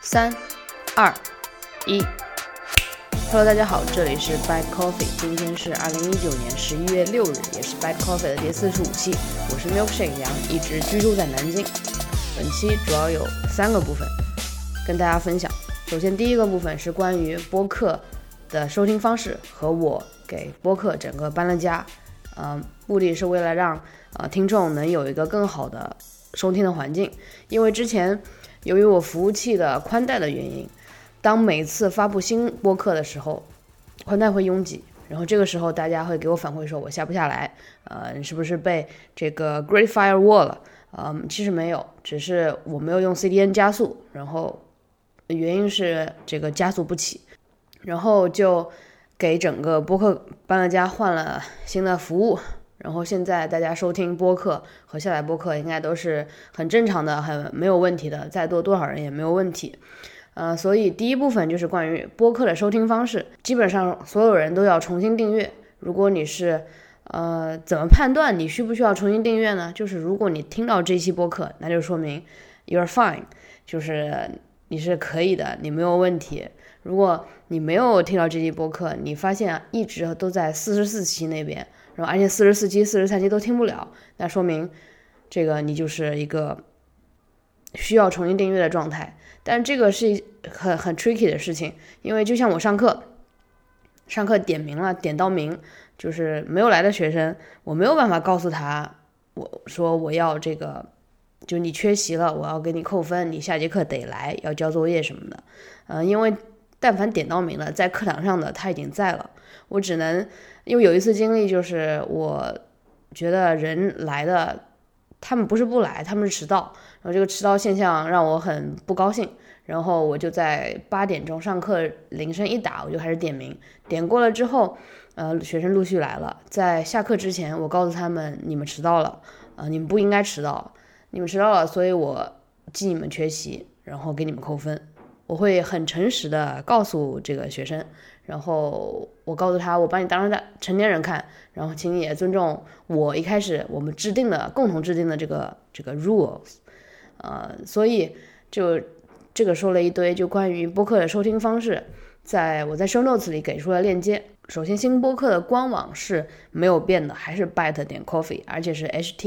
3、2、1。Hello， 大家好，这里是 Bad Coffee， 今天是2019年11月6日，也是 Bad Coffee 的第45期。我是 Milkshake 杨，一直居住在南京。本期主要有3个部分跟大家分享。首先第一个部分是关于播客的收听方式和我给播客整个搬了家，目的是为了让听众能有一个更好的收听的环境。因为之前由于我服务器的宽带的原因，当每次发布新播客的时候，宽带会拥挤，然后这个时候大家会给我反馈说我下不下来，你是不是被这个 Great Firewall 了？其实没有，只是我没有用 CDN 加速，然后原因是这个加速不起，然后就给整个播客搬了家，换了新的服务。然后现在大家收听播客和下载播客应该都是很正常的，很没有问题的，再多少人也没有问题。所以第一部分就是关于播客的收听方式，基本上所有人都要重新订阅。如果你是怎么判断你需不需要重新订阅呢？就是如果你听到这期播客，那就说明 you're fine， 就是你是可以的，你没有问题。如果你没有听到这期播客，你发现一直都在44期那边，然后而且44期、43期都听不了，那说明这个你就是一个需要重新订阅的状态。但这个是很 tricky 的事情，因为就像我上课点名了，点到名，就是没有来的学生，我没有办法告诉他，我说我要这个，就你缺席了，我要给你扣分，你下节课得来，要交作业什么的。因为但凡点到名了，在课堂上的他已经在了，我只能，因为有一次经历就是我觉得人来的，他们不是不来，他们是迟到，然后这个迟到现象让我很不高兴，然后我就在8点钟上课铃声一打，我就开始点名，点过了之后，学生陆续来了，在下课之前我告诉他们，你们迟到了，你们不应该迟到，你们迟到了，所以我记你们缺席，然后给你们扣分。我会很诚实的告诉这个学生，然后我告诉他，我把你当成年人看，然后请你也尊重我一开始我们共同制定的这个 rules。所以就这个说了一堆，就关于播客的收听方式，我在 show notes 里给出了链接。首先新播客的官网是没有变的，还是 byte.coffee， 而且是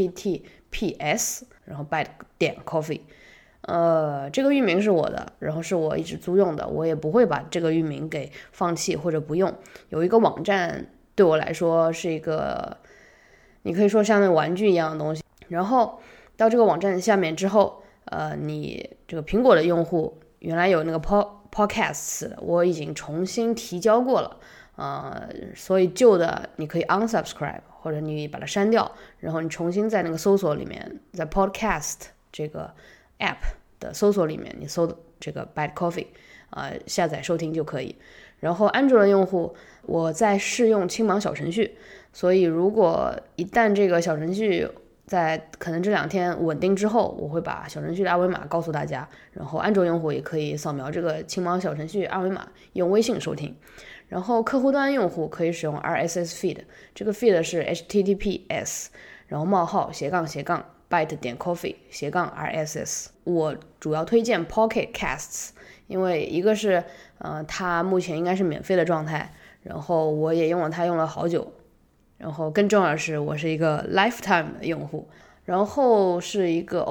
https 然后 byte.coffee。这个域名是我的，然后是我一直租用的，我也不会把这个域名给放弃或者不用。有一个网站对我来说是一个，你可以说像那玩具一样的东西。然后到这个网站下面之后，你这个苹果的用户原来有那个 podcasts， 我已经重新提交过了，所以旧的你可以 unsubscribe， 或者你把它删掉，然后你重新在那个搜索里面，在 podcast 这个app 的搜索里面，你搜这个 Bad Coffee， 下载收听就可以。然后安卓的用户，我在试用青芒小程序，所以如果一旦这个小程序在可能这2天稳定之后，我会把小程序的二维码告诉大家，然后安卓用户也可以扫描这个青芒小程序二维码用微信收听。然后客户端用户可以使用 RSS feed， 这个 feed 是 https 然后冒号// byte.coffee /RSS。 我主要推荐 Pocket Casts， 因为一个是它目前应该是免费的状态，然后我也用了它用了好久，然后更重要的是我是一个 lifetime 的用户。然后是一个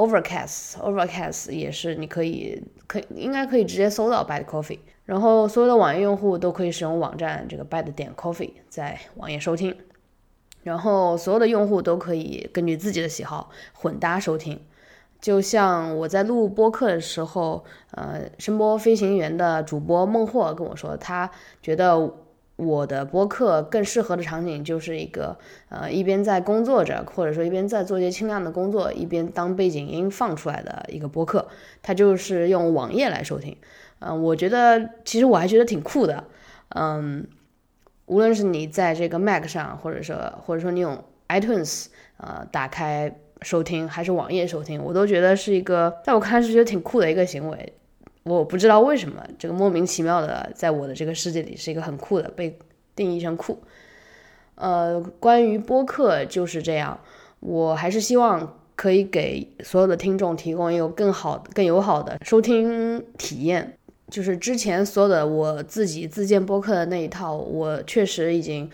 Overcast 也是你应该可以直接搜到 Bad Coffee。然后所有的网页用户都可以使用网站这个 byte.coffee 在网页收听，然后所有的用户都可以根据自己的喜好混搭收听。就像我在录播客的时候，声波飞行员的主播孟获跟我说，他觉得我的播客更适合的场景就是一个一边在工作着，或者说一边在做一些轻量的工作，一边当背景音放出来的一个播客，他就是用网页来收听。我觉得其实我还觉得挺酷的。无论是你在这个 Mac 上，或者说你用 iTunes 打开收听，还是网页收听，我都觉得是一个，在我看来是觉得挺酷的一个行为。我不知道为什么这个莫名其妙的在我的这个世界里是一个很酷的，被定义成酷。关于播客就是这样，我还是希望可以给所有的听众提供一个更友好的收听体验。 就是之前所有的我自己自建播客的那一套，我确实已经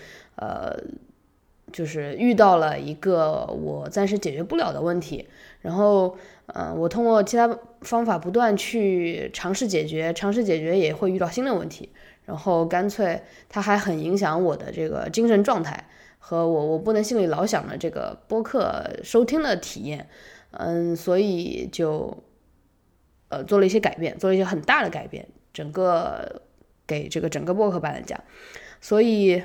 就是遇到了一个我暂时解决不了的问题，然后我通过其他方法不断去尝试解决也会遇到新的问题，然后干脆它还很影响我的这个精神状态和我不能心里老想的这个播客收听的体验，所以就做了一些改变，做了一些很大的改变，给这个整个播客版来讲，所以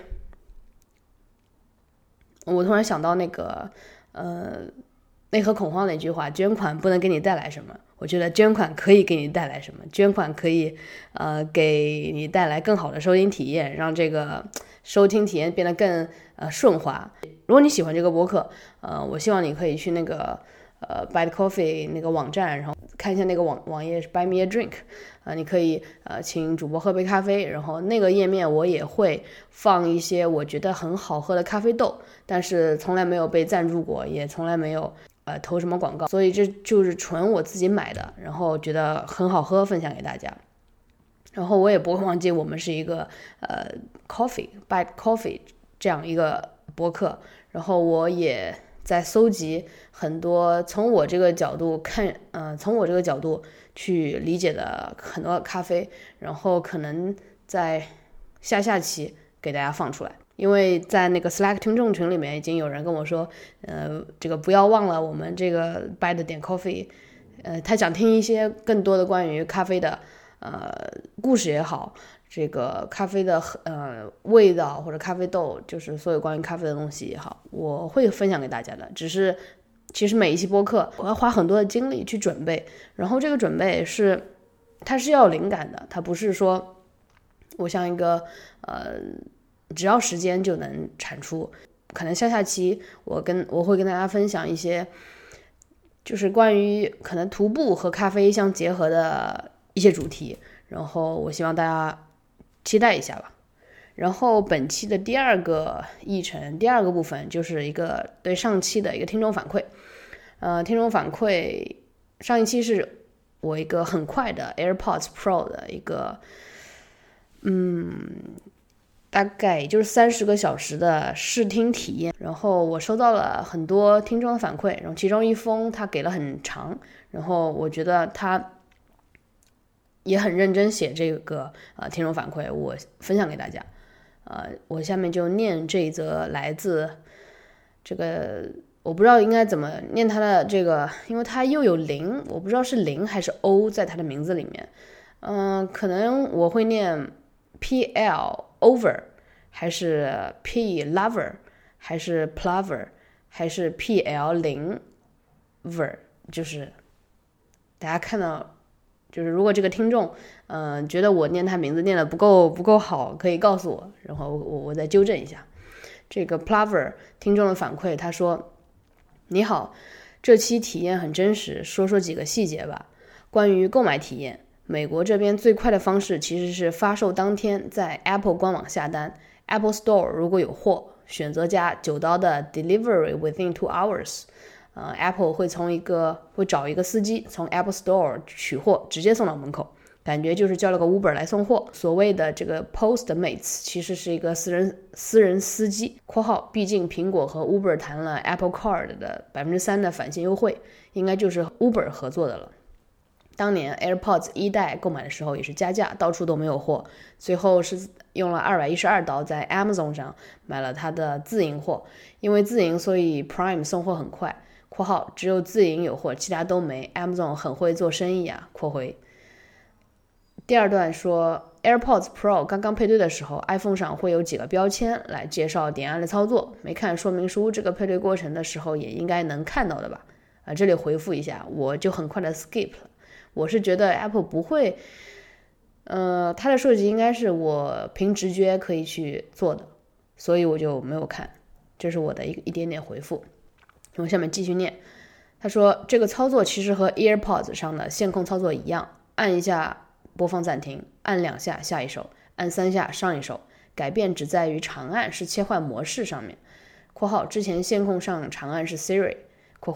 我突然想到那个内核恐慌那句话，捐款不能给你带来什么，我觉得捐款可以给你带来什么，捐款可以给你带来更好的收听体验，让这个收听体验变得更顺滑。如果你喜欢这个播客，我希望你可以去那个Buy the Coffee 那个网站，然后看一下那个网页是 Buy me a drink，你可以请主播喝杯咖啡，然后那个页面我也会放一些我觉得很好喝的咖啡豆，但是从来没有被赞助过，也从来没有投什么广告，所以这就是纯我自己买的，然后觉得很好喝，分享给大家。然后我也不会忘记我们是一个Buy Coffee 这样一个播客，然后我也在搜集很多从我这个角度去理解的很多咖啡，然后可能在下期给大家放出来。因为在那个 Slack 听众群里面已经有人跟我说，这个不要忘了我们这个 Buy the Coffee，他想听一些更多的关于咖啡的故事也好，这个咖啡的味道或者咖啡豆，就是所有关于咖啡的东西也好，我会分享给大家的。只是其实每一期播客我要花很多的精力去准备，然后这个准备它是要有灵感的，它不是说我像一个只要时间就能产出。可能下期我会跟大家分享一些就是关于可能徒步和咖啡相结合的一些主题，然后我希望大家期待一下吧。然后本期的第二个部分就是一个对上期的一个听众反馈。听众反馈上一期是我一个很快的 AirPods Pro 的一个大概也就是30个小时的试听体验，然后我收到了很多听众的反馈，然后其中一封他给了很长，然后我觉得他也很认真写这个听众反馈，我分享给大家。我下面就念这一则来自这个，我不知道应该怎么念他的这个，因为他又有0，我不知道是0还是 O 在他的名字里面。可能我会念 PL over 还是 P lover 还是 plover 还是 PL 0ver， 就是大家看到，就是如果这个听众觉得我念他名字念的不够好，可以告诉我，然后我再纠正一下。这个 plover 听众的反馈，他说：你好，这期体验很真实，说几个细节吧。关于购买体验，美国这边最快的方式其实是发售当天在 Apple 官网下单， Apple Store 如果有货，选择加$9的 Delivery within 2 hours。Apple 会找一个司机从 Apple Store 取货，直接送到门口，感觉就是叫了个 Uber 来送货。所谓的这个 Postmates 其实是一个私人司机（括号毕竟苹果和 Uber 谈了 Apple Card 的 3% 的返现优惠，应该就是 Uber 合作的了。当年 AirPods 1代购买的时候也是加价，到处都没有货，最后是用了$212在 Amazon 上买了它的自营货，因为自营所以 Prime 送货很快（括号只有自营有货，其他都没， Amazon 很会做生意啊）括回。第二段说 AirPods Pro 刚刚配对的时候， iPhone 上会有几个标签来介绍点按的操作，没看说明书，这个配对过程的时候也应该能看到的吧。这里回复一下，我就很快的 skip 了。我是觉得 Apple 不会它的设计应该是我凭直觉可以去做的，所以我就没有看，这是我的一点点回复。我下面继续念，他说这个操作其实和 AirPods 上的线控操作一样，按一下播放暂停，按2下下一首，按3下上一首，改变只在于长按是切换模式上面（括号之前线控上长按是 Siri）括回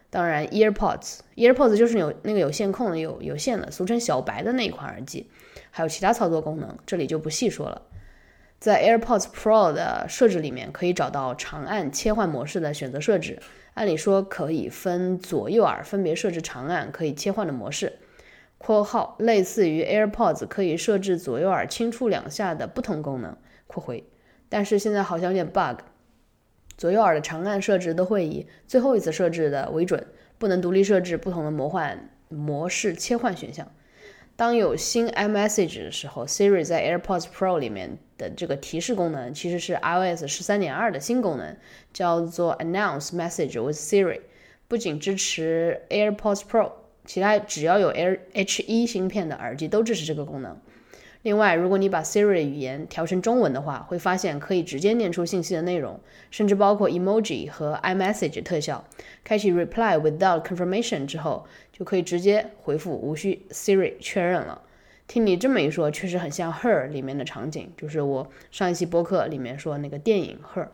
当然 EarPods 就是那个有线控的有线的，俗称小白的那一款耳机，还有其他操作功能，这里就不细说了。在 AirPods Pro 的设置里面可以找到长按切换模式的选择设置，按理说可以分左右耳分别设置长按可以切换的模式，括号类似于 AirPods 可以设置左右耳轻触两下的不同功能，括回，但是现在好像有点 bug， 左右耳的长按设置都会以最后一次设置的为准，不能独立设置不同的模式切换选项。当有新 iMessage 的时候， Siri 在 AirPods Pro 里面的这个提示功能其实是 iOS 13.2 的新功能，叫做 Announce Message with Siri， 不仅支持 AirPods Pro， 其他只要有 H1 芯片的耳机都支持这个功能。另外，如果你把 Siri 的语言调成中文的话，会发现可以直接念出信息的内容，甚至包括 emoji 和 iMessage 特效。开启 Reply without confirmation 之后，就可以直接回复，无需 Siri 确认了。听你这么一说，确实很像 Her 里面的场景，就是我上一期播客里面说那个电影 Her。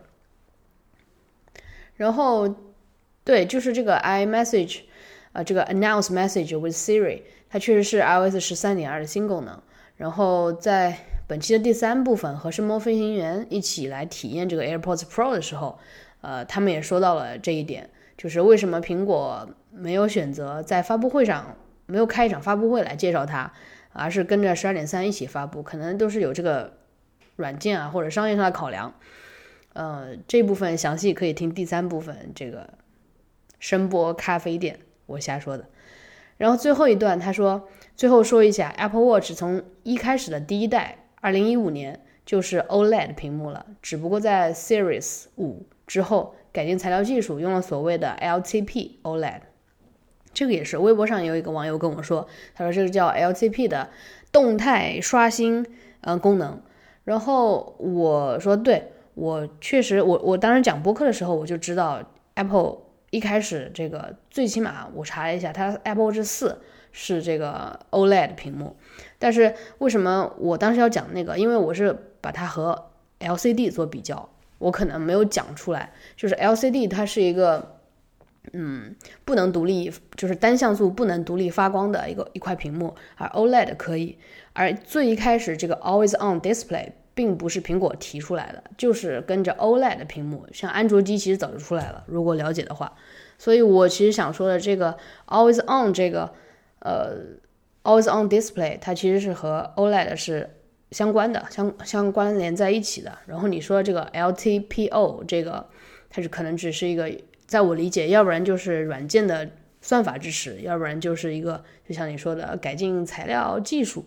然后，对，就是这个 iMessage，这个 Announce Message with Siri， 它确实是 iOS 13.2 的新功能。然后在本期的第3部分和声波飞行员一起来体验这个 AirPods Pro 的时候，他们也说到了这一点，就是为什么苹果没有选择在发布会上没有开一场发布会来介绍它，而是跟着12.3一起发布，可能都是有这个软件啊或者商业上的考量。这部分详细可以听第3部分这个声波咖啡店，我瞎说的。然后最后一段他说，最后说一下 Apple Watch 从一开始的第一代2015年就是 OLED 屏幕了，只不过在 Series 5之后改进材料技术，用了所谓的 LTP OLED。 这个也是微博上有一个网友跟我说，他说这个叫 LTP 的动态刷新功能。然后我说对，我确实我当时讲播客的时候我就知道 Apple一开始这个最起码我查了一下，它 Apple Watch 4是这个 OLED 屏幕，但是为什么我当时要讲那个，因为我是把它和 LCD 做比较，我可能没有讲出来，就是 LCD 它是一个不能独立，就是单像素不能独立发光的一块屏幕，而 OLED 可以。而最一开始这个 Always On Display 并不是苹果提出来的，就是跟着 OLED 的屏幕，像安卓机其实早就出来了，如果了解的话。所以我其实想说的这个 Always On 这个Always On Display 它其实是和 OLED 是相关的，相关联在一起的。然后你说这个 LTPO 这个它是可能只是一个，在我理解要不然就是软件的算法支持，要不然就是一个就像你说的改进材料技术。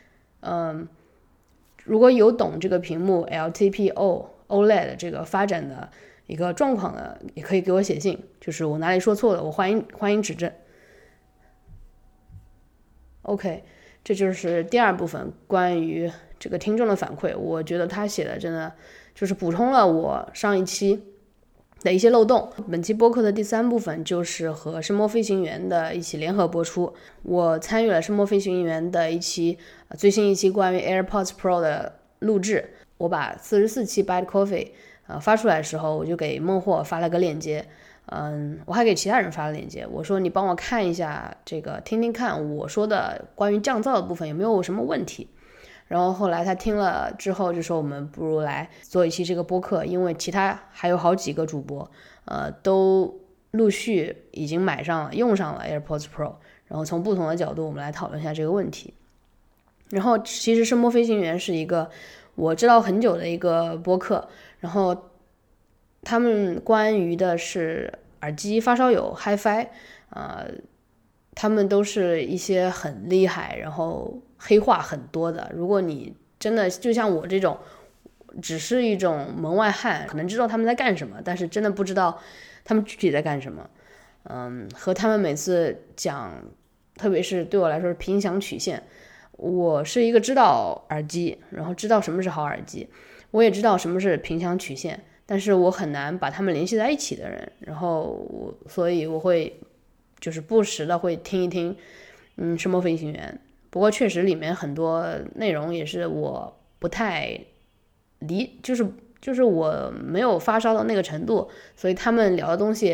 如果有懂这个屏幕 LTPO OLED 这个发展的一个状况的，也可以给我写信，就是我哪里说错了，我欢迎指正。OK， 这就是第2部分关于这个听众的反馈，我觉得他写的真的就是补充了我上一期的一些漏洞。本期播客的第3部分就是和声波飞行员的一起联合播出，我参与了声波飞行员的最新一期关于 AirPods Pro 的录制。我把44期 Bad Coffee 发出来的时候，我就给孟获发了个链接，我还给其他人发了链接，我说你帮我看一下这个，听听看我说的关于降噪的部分有没有什么问题。然后后来他听了之后就说，我们不如来做一期这个播客，因为其他还有好几个主播都陆续已经用上了 AirPods Pro， 然后从不同的角度我们来讨论一下这个问题。然后其实声波飞行员是一个我知道很久的一个播客，然后他们关于的是耳机发烧友 Hi-Fi， 他们都是一些很厉害然后黑话很多的，如果你真的就像我这种只是一种门外汉，可能知道他们在干什么，但是真的不知道他们具体在干什么。和他们每次讲，特别是对我来说是频响曲线，我是一个知道耳机，然后知道什么是好耳机，我也知道什么是频响曲线，但是我很难把他们联系在一起的人，然后所以我会就是不时的会听一听声波飞行员。不过确实里面很多内容也是我不太就是我没有发烧到那个程度，所以他们聊的东西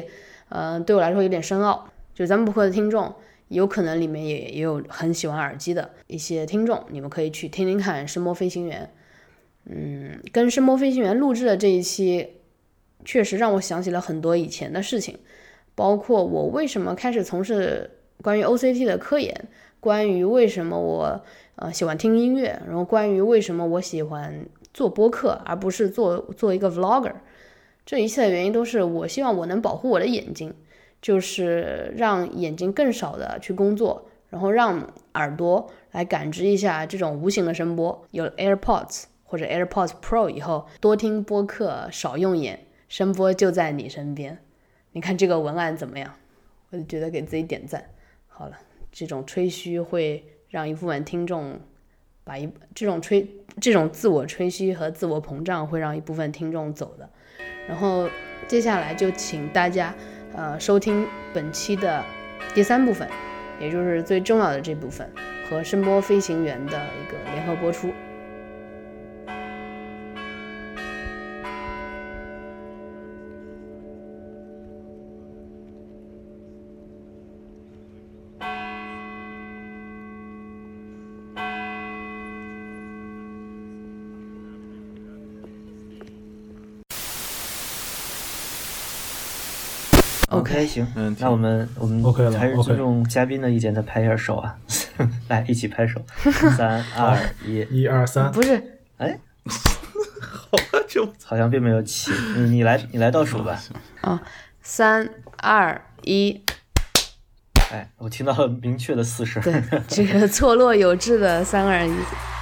对我来说有点深奥。就咱们播客的听众，有可能里面也有很喜欢耳机的一些听众，你们可以去听听看声波飞行员。跟声波飞行员录制的这一期，确实让我想起了很多以前的事情，包括我为什么开始从事关于 OCT 的科研，关于为什么我喜欢听音乐，然后关于为什么我喜欢做播客而不是做一个 vlogger。这一切的原因都是我希望我能保护我的眼睛，就是让眼睛更少的去工作，然后让耳朵来感知一下这种无形的声波。有 AirPods 或者 AirPods Pro 以后，多听播客少用眼，声波就在你身边。你看这个文案怎么样？我就觉得给自己点赞。好了，这种吹嘘会让一部分听众把这种自我吹嘘和自我膨胀会让一部分听众走的。然后接下来就请大家收听本期的第3部分，也就是最重要的这部分，和声波飞行员的一个联合播出。 OK， 行，那我们还是尊重嘉宾的意见，再拍一下手啊！来，一起拍手，3、2、1， 1、2、3， 不是， 哎，好像并没有起，你来倒数吧。 3、2、1， 哎，我听到了明确的4声。 对，这个错落有致的3、2、1。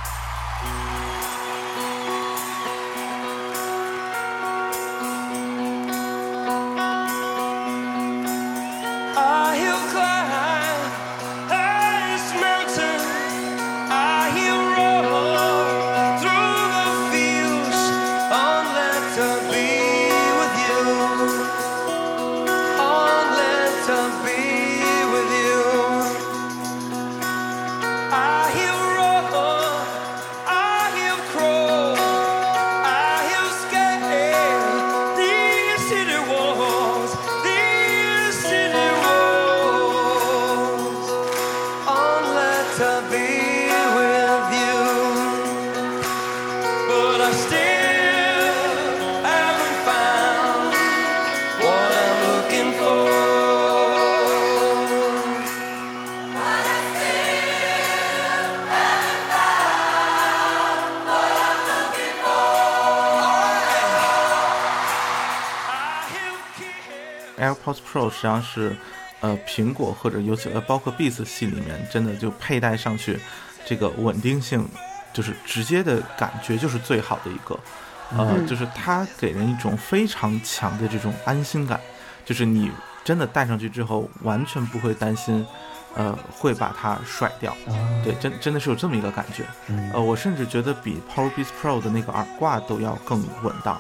AirPods Pro 实际上是苹果或者尤其包括 Beats 系里面真的就佩戴上去这个稳定性就是直接的感觉就是最好的一个就是它给人一种非常强的这种安心感，就是你真的戴上去之后完全不会担心会把它甩掉，对，真的是有这么一个感觉。我甚至觉得比 PowerBeats Pro 的那个耳挂都要更稳当。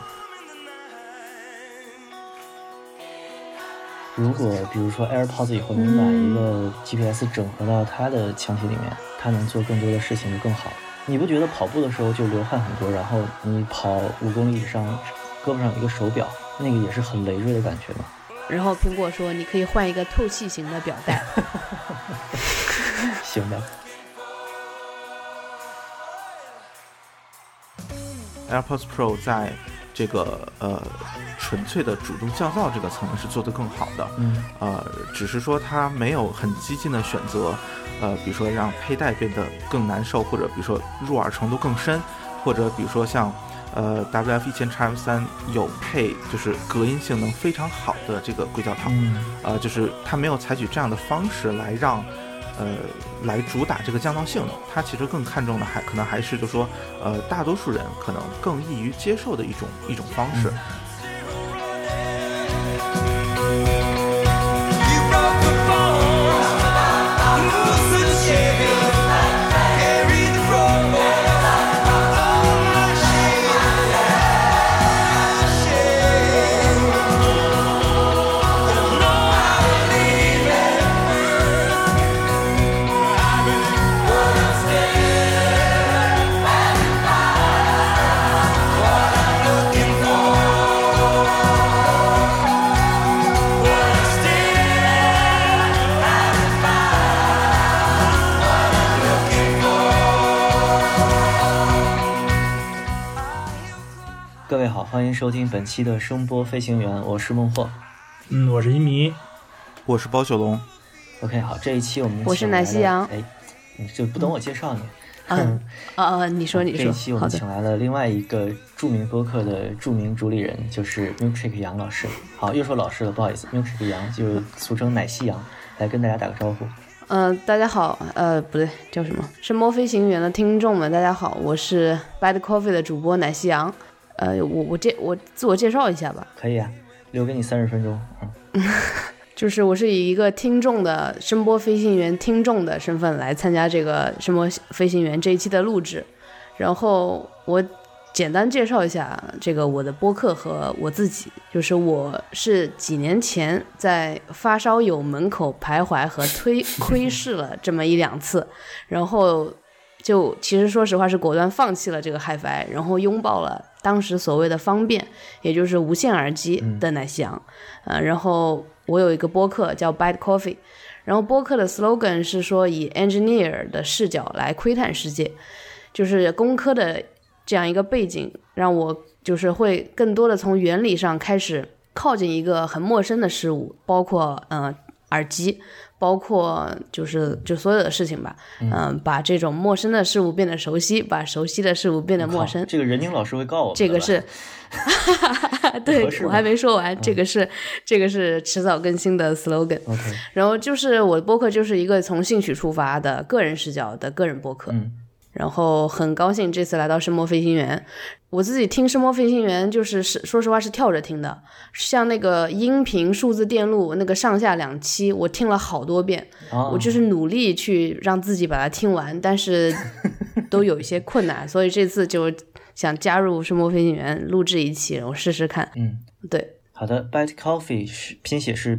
如果比如说 AirPods 以后能把一个 GPS 整合到它的腔体里面，它能做更多的事情就更好。你不觉得跑步的时候就流汗很多，然后你跑5公里以上，胳膊上有一个手表，那个也是很累赘的感觉吗？ 然后苹果说你可以换一个透气型的表带。 行吧。 AirPods Pro 在这个纯粹的主动降噪这个层面是做得更好的，只是说它没有很激进的选择，比如说让佩戴变得更难受，或者比如说入耳程度更深，或者比如说像WF-1000X-M3 有配就是隔音性能非常好的这个硅胶套，就是它没有采取这样的方式来让来主打这个降噪性能，它其实更看重的可能还是就说大多数人可能更易于接受的一种方式。 位好，欢迎收听本期的声波飞行员，我是孟获。 我是一迷， 我是包小龙。 OK， 好，这一期我是奶昔羊。 哎，你就不等我介绍你？ 你说。 这一期我们请来了另外一个著名播客的著名主理人，就是 Milkshake 杨老师。好，又说老师了，不好意思 ，Milkshake 杨就俗称奶昔杨，来跟大家打个招呼。 大家好，不对，叫什么？声波飞行员的听众们，大家好，我是 Bad Coffee 的主播奶昔羊。我自我介绍一下吧。 可以啊，留给你30分钟。 就是我是以一个听众的声波飞行员听众的身份来参加这个声波飞行员这一期的录制，然后我简单介绍一下这个我的播客和我自己。就是我是几年前在发烧友门口徘徊和窥视了这么1-2次，然后就其实说实话是果断放弃了这个 HiFi， 然后拥抱了当时所谓的方便，也就是无线耳机的奶昔羊。然后我有一个播客叫 Bad Coffee， 然后播客的 slogan 是说以 engineer 的视角来窥探世界，就是工科的这样一个背景让我就是会更多的从原理上开始靠近一个很陌生的事物，包括耳机，包括就所有的事情吧。把这种陌生的事物变得熟悉，把熟悉的事物变得陌生。 这个任宁老师会告我们的。 这个是对，我还没说完。这个是迟早更新的 slogan。然后就是我的播客就是一个从兴趣出发的个人视角的个人播客。然后很高兴这次来到声波飞行员。我自己听声波飞行员就是说实话是跳着听的，像那个音频数字电路那个上下2期我听了好多遍。我就是努力去让自己把它听完，但是都有一些困难，所以这次就想加入声波飞行员录制一期，我试试看。对。 好的 Bad Coffee 拼写是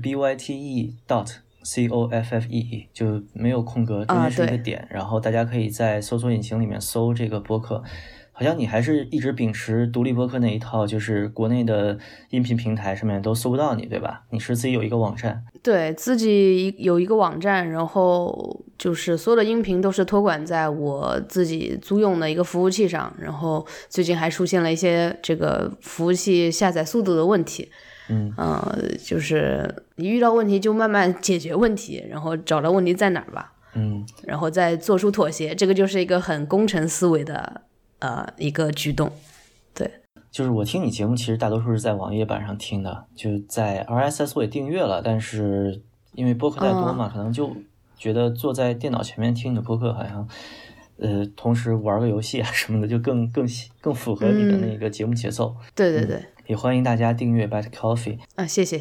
BYTE.COFFEE， 就没有空格，中间是一个点。然后大家可以在搜索引擎里面搜这个播客。好像你还是一直秉持独立播客那一套，就是国内的音频平台上面都搜不到你，对吧？你是自己有一个网站？ 对，自己有一个网站，然后就是所有的音频都是托管在我自己租用的一个服务器上，然后最近还出现了一些这个服务器下载速度的问题。就是你遇到问题就慢慢解决问题，然后找到问题在哪儿吧。然后再做出妥协，这个就是一个很工程思维的一个举动。对， 就是我听你节目其实大多数是在网页版上听的，就在 RSS 我也订阅了，但是因为播客太多嘛，可能就觉得坐在电脑前面听你的播客好像同时玩个游戏啊什么的就更符合你的那个节目节奏。 对对对。 也欢迎大家订阅 Bad Coffee。 谢谢。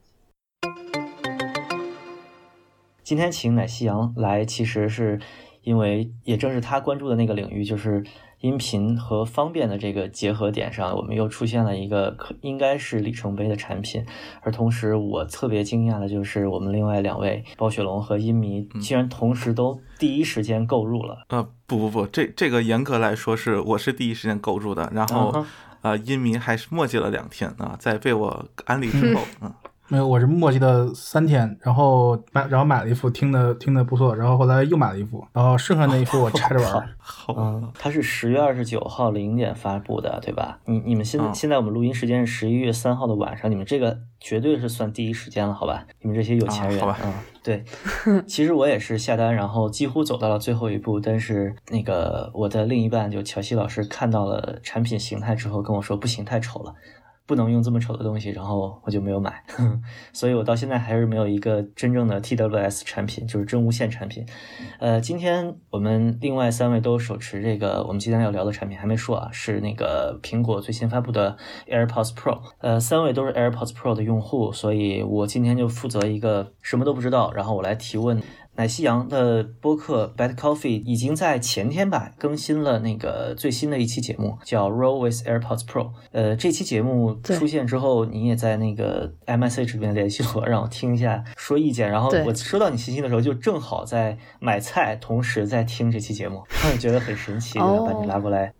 今天请奶昔羊来其实是因为也正是他关注的那个领域，就是音频和方便的这个结合点上，我们又出现了一个应该是里程碑的产品。而同时我特别惊讶的就是我们另外2位包雪龙和音迷竟然同时都第一时间购入了。 不，这个严格来说是我是第一时间购入的，然后音迷还是磨叽了2天啊，在被我安利之后。 没有，我是磨叽了3天，然后买了一副，听的不错，然后后来又买了一副，然后剩下那一副我拆着玩。 它是10月29号0点发布的，对吧？你们现在我们录音时间是11月3号的晚上，你们这个绝对是算第一时间了，好吧？你们这些有钱人。 好吧。 对，其实我也是下单，然后几乎走到了最后一步，但是那个我的另一半就乔西老师看到了产品形态之后跟我说不行，太丑了，不能用这么丑的东西，然后我就没有买。所以我到现在还是没有一个真正的 TWS 产品，就是真无线产品。今天我们另外3位都手持这个我们今天要聊的产品还没说啊，是那个苹果最新发布的 AirPods Pro。3位都是 AirPods Pro 的用户，所以我今天就负责一个什么都不知道，然后我来提问。奶昔羊的播客 Bad Coffee 已经在前天吧更新了那个最新的一期节目，叫 Roll with AirPods Pro。这期节目出现之后，你也在那个 MSH 里面联系我，让我听一下说意见。然后我收到你信息的时候，就正好在买菜，同时在听这期节目，觉得很神奇，把你拉过来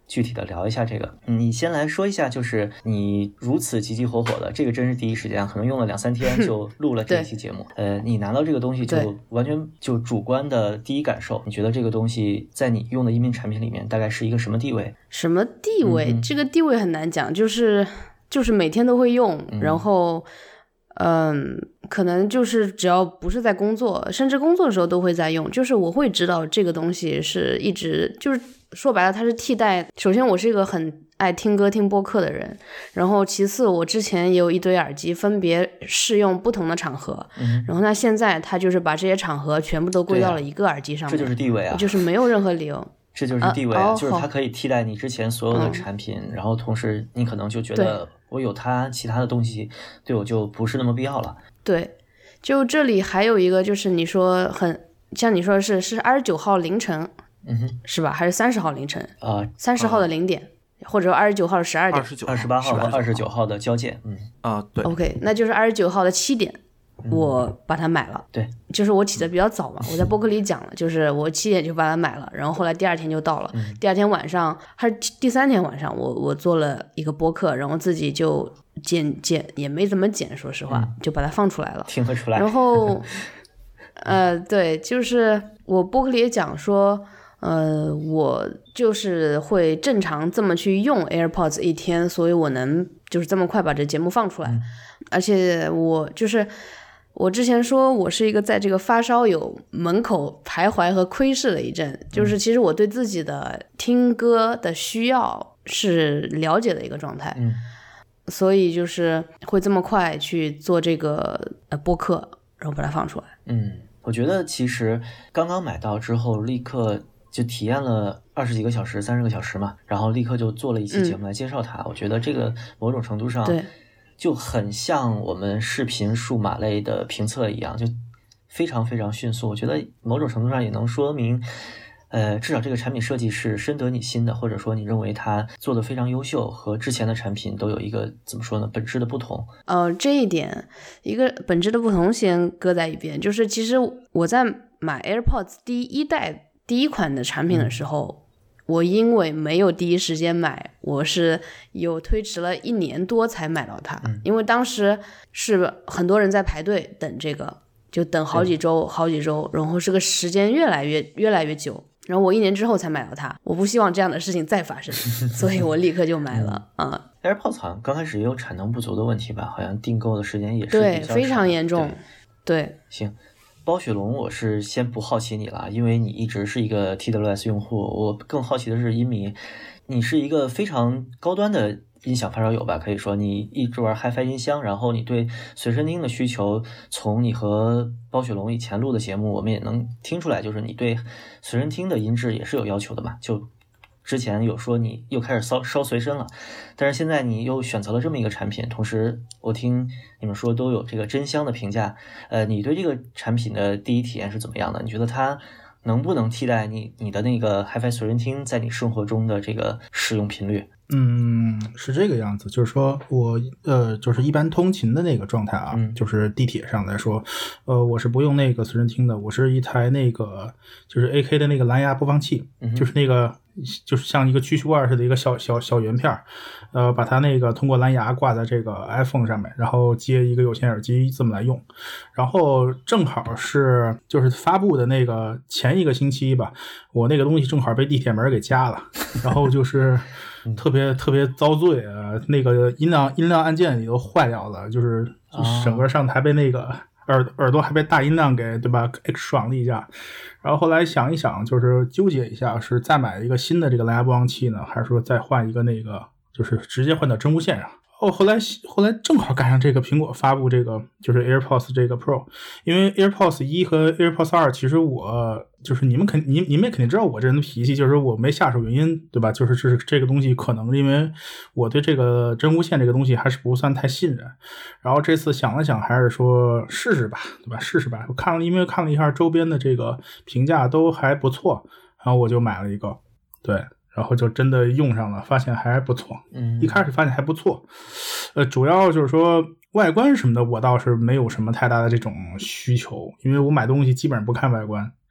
具体的聊一下这个。你先来说一下，就是你如此急急火火的，这个真是第一时间，可能用了2-3天就录了这一期节目。你拿到这个东西就完全就主观的第一感受，你觉得这个东西在你用的音频产品里面大概是一个什么地位？ 什么地位？这个地位很难讲，就是每天都会用，然后可能就是只要不是在工作，甚至工作的时候都会在用，就是我会知道这个东西是一直就是说白了它是替代。首先我是一个很爱听歌听播客的人，然后其次我之前也有一堆耳机分别适用不同的场合，然后那现在它就是把这些场合全部都归到了一个耳机上面， 这就是地位啊， 就是没有任何理由。 这就是地位就是它可以替代你之前所有的产品，然后同时你可能就觉得我有它，其他的东西对我就不是那么必要了。 对，就这里还有一个就是你说像你说的是29号凌晨，是吧？还是30号凌晨？30号的0点，或者29号的12点 ，28号和29号的交界。 对。 OK， 那就是29号的7点。我把它买了， 对， 就是我起的比较早嘛，我在播客里讲了，就是我7点就把它买了，然后后来第2天就到了，第2天晚上还是第3天晚上，我做了一个播客，然后自己就剪也没怎么剪，说实话，就把它放出来了， 听得出来。 然后对，就是我播客里也讲说我就是会正常这么去用 AirPods 一天，所以我能就是这么快把这节目放出来，而且我之前说我是一个在这个发烧友门口徘徊和窥视了一阵，就是其实我对自己的听歌的需要是了解的一个状态，所以就是会这么快去做这个播客，然后把它放出来。 我觉得其实刚刚买到之后立刻就体验了20几个小时30个小时嘛，然后立刻就做了一期节目来介绍它，我觉得这个某种程度上就很像我们视频数码类的评测一样，就非常非常迅速。我觉得某种程度上也能说明至少这个产品设计是深得你心的，或者说你认为它做得非常优秀，和之前的产品都有一个怎么说呢，本质的不同。 这一点一个本质的不同先搁在一边，就是其实我在买 AirPods 第一款的产品的时候，我因为没有第一时间买，我是有推迟了1年多才买到它，因为当时是很多人在排队等这个，就等好几周，然后这个时间越来越久，然后我1年之后才买到它，我不希望这样的事情再发生，所以我立刻就买了。 AirPods 好像刚开始也有产能不足的问题吧，好像订购的时间也是对非常严重。对， 行。包雪龙我是先不好奇你了，因为你一直是一个 TWS 用户，我更好奇的是音迷，你是一个非常高端的音响发烧友吧，可以说你一直玩 HiFi 音箱，然后你对随身听的需求，从你和包雪龙以前录的节目我们也能听出来，就是你对随身听的音质也是有要求的嘛，就之前有说你又开始烧随身了，但是现在你又选择了这么一个产品，同时我听你们说都有这个真香的评价，你对这个产品的第一体验是怎么样的？你觉得它能不能替代你的那个 HiFi 随身听在你生活中的这个使用频率？ 是这个样子，就是说我就是一般通勤的那个状态啊，就是地铁上来说，我是不用那个随身听的，我是一台那个就是 AK 的那个蓝牙播放器，就是那个就是像一个蛐蛐罐似的一个小圆片，把它那个通过蓝牙挂在这个 iPhone 上面，然后接一个有线耳机这么来用，然后正好是就是发布的那个前1个星期吧，我那个东西正好被地铁门给夹了，然后就是特别遭罪啊，那个音量按键里都坏掉了，就是整个上台被那个耳朵还被大音量给对吧给爽了一下，然后后来想一想，就是纠结一下是再买一个新的这个蓝牙播放器呢，还是说再换一个那个就是直接换到真无线上。后来正好赶上这个苹果发布这个就是 AirPods 这个 Pro， 因为 AirPods 1和 AirPods 2其实我就是你们也肯定知道我这人的脾气，就是我没下手原因对吧，就是这个东西可能因为我对这个真无线这个东西还是不算太信任，然后这次想了想还是说试试吧对吧，试试吧，因为看了一下周边的这个评价都还不错，然后我就买了一个，对，然后就真的用上了，发现还不错。一开始发现还不错，主要就是说外观什么的，我倒是没有什么太大的这种需求，因为我买东西基本上不看外观，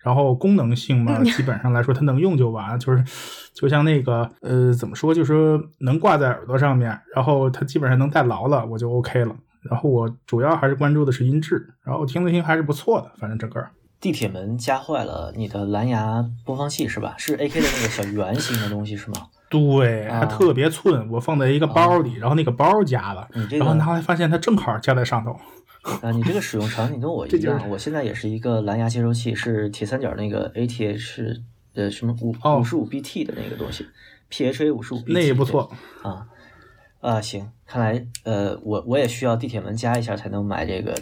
然后功能性嘛，基本上来说它能用就完，就像那个怎么说，就是说能挂在耳朵上面，然后它基本上能戴牢了，我就 OK 了。然后我主要还是关注的是音质，然后听还是不错的，反正整个。 地铁门夹坏了你的蓝牙播放器是吧？是 AK 的那个小圆形的东西是吗？ 对，它特别寸，我放在一个包里，然后那个包夹了，然后拿来发现它正好夹在上头。 你这个使用场景跟我一样，我现在也是一个蓝牙接收器，是铁三角那个 ATH 的什么55BT 的那个东西，PHA 55BT， 那也不错行，看来我也需要地铁门加一下才能买这个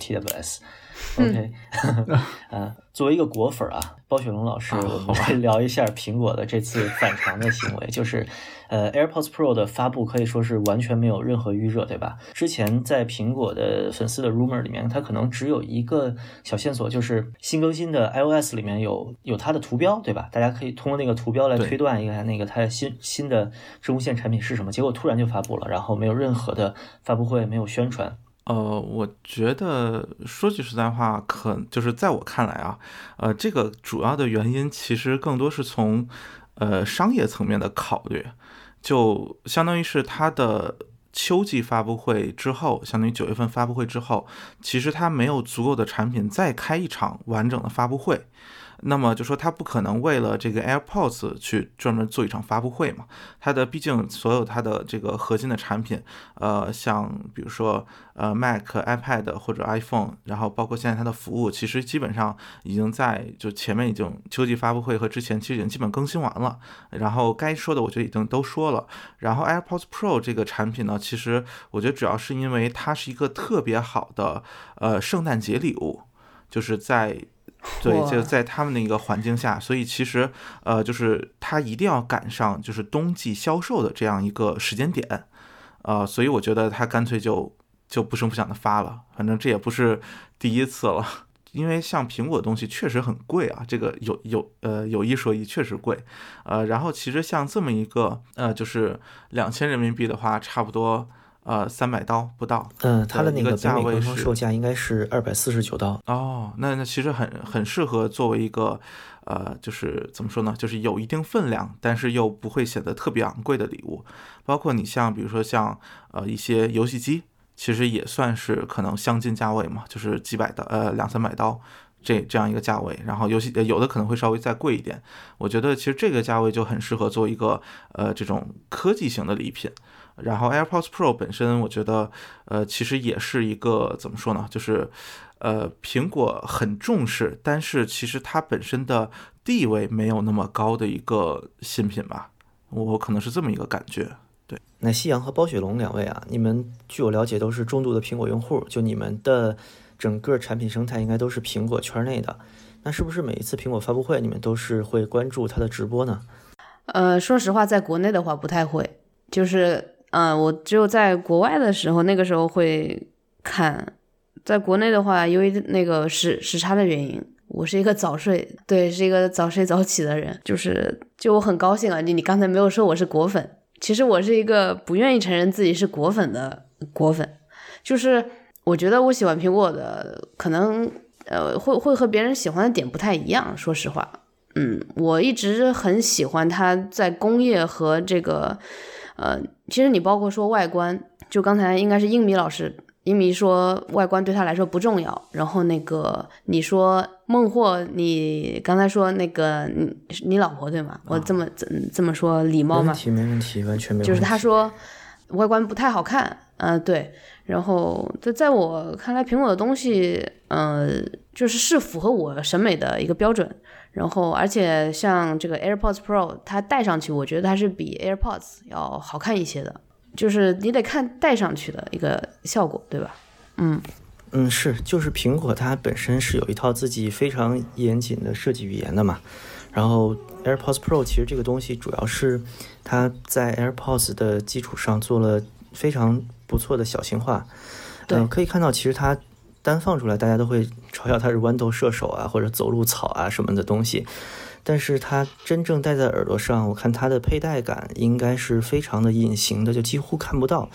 TWS。OK， 作为一个果粉啊，包雪龙老师，我们来聊一下苹果的这次反常的行为，就是AirPods Pro 的发布可以说是完全没有任何预热，对吧？之前在苹果的粉丝的 rumor 里面，它可能只有一个小线索，就是新更新的 iOS 里面有它的图标，对吧？大家可以通过那个图标来推断一下那个它新的真无线产品是什么。结果突然就发布了，然后没有任何的发布会，没有宣传。 我觉得说句实在话，就是在我看来啊，这个主要的原因其实更多是从商业层面的考虑，就相当于是它的秋季发布会之后，相当于9月份发布会之后，其实它没有足够的产品再开一场完整的发布会。那么就说它不可能为了这个 AirPods 去专门做一场发布会嘛？它的毕竟所有它的这个核心的产品，像比如说Mac、iPad 或者 iPhone， 然后包括现在它的服务，其实基本上已经在就前面已经秋季发布会和之前其实已经基本更新完了，然后该说的我觉得已经都说了。然后 AirPods Pro 这个产品呢，其实我觉得主要是因为它是一个特别好的圣诞节礼物，就是就在他们那个环境下，所以其实就是它一定要赶上就是冬季销售的这样一个时间点，所以我觉得它干脆就不声不响的发了，反正这也不是第一次了。因为像苹果的东西确实很贵啊，这个有一说一，确实贵。然后其实像这么一个就是2000人民币的话，差不多300刀不到。 它的那个北美官方售价应该是249刀。 哦，那其实很适合作为一个就是怎么说呢，就是有一定分量，但是又不会显得特别昂贵的礼物。包括你像比如说像一些游戏机，其实也算是可能相近价位嘛，就是几百刀200-300刀这样一个价位。然后游戏有的可能会稍微再贵一点，我觉得其实这个价位就很适合做一个这种科技型的礼品。然后 AirPods Pro 本身我觉得其实也是一个怎么说呢，就是苹果很重视，但是其实它本身的地位没有那么高的一个新品吧，我可能是这么一个感觉。对， 那夕阳和包雪龙两位啊，你们据我了解都是重度的苹果用户，就你们的整个产品生态应该都是苹果圈内的，那是不是每一次苹果发布会你们都是会关注它的直播呢？ 说实话在国内的话不太会，就是我只有在国外的时候，那个时候会看。在国内的话，因为那个时差的原因，我是一个早睡，对，是一个早睡早起的人，就我很高兴啊，你刚才没有说我是果粉，其实我是一个不愿意承认自己是果粉的果粉，就是我觉得我喜欢苹果的可能会和别人喜欢的点不太一样，说实话。我一直很喜欢它在工业和这个其实你包括说外观，就刚才应该是英米说外观对他来说不重要，然后那个你说孟获，你刚才说那个你老婆对吗？我这么说礼貌吗？ 没问题，完全没问题。 就是他说外观不太好看，对，然后在我看来苹果的东西就是符合我审美的一个标准，然后而且像这个 AirPods Pro 它戴上去我觉得它是比 AirPods 要好看一些的，就是你得看戴上去的一个效果，对吧？ 是，就是苹果它本身是有一套自己非常严谨的设计语言的嘛，然后 AirPods Pro 其实这个东西主要是它在 AirPods 的基础上做了非常不错的小型化。可以看到其实它单放出来大家都会嘲笑它是豌豆射手啊或者走路草啊什么的东西，但是它真正戴在耳朵上，我看它的佩戴感应该是非常的隐形的，就几乎看不到。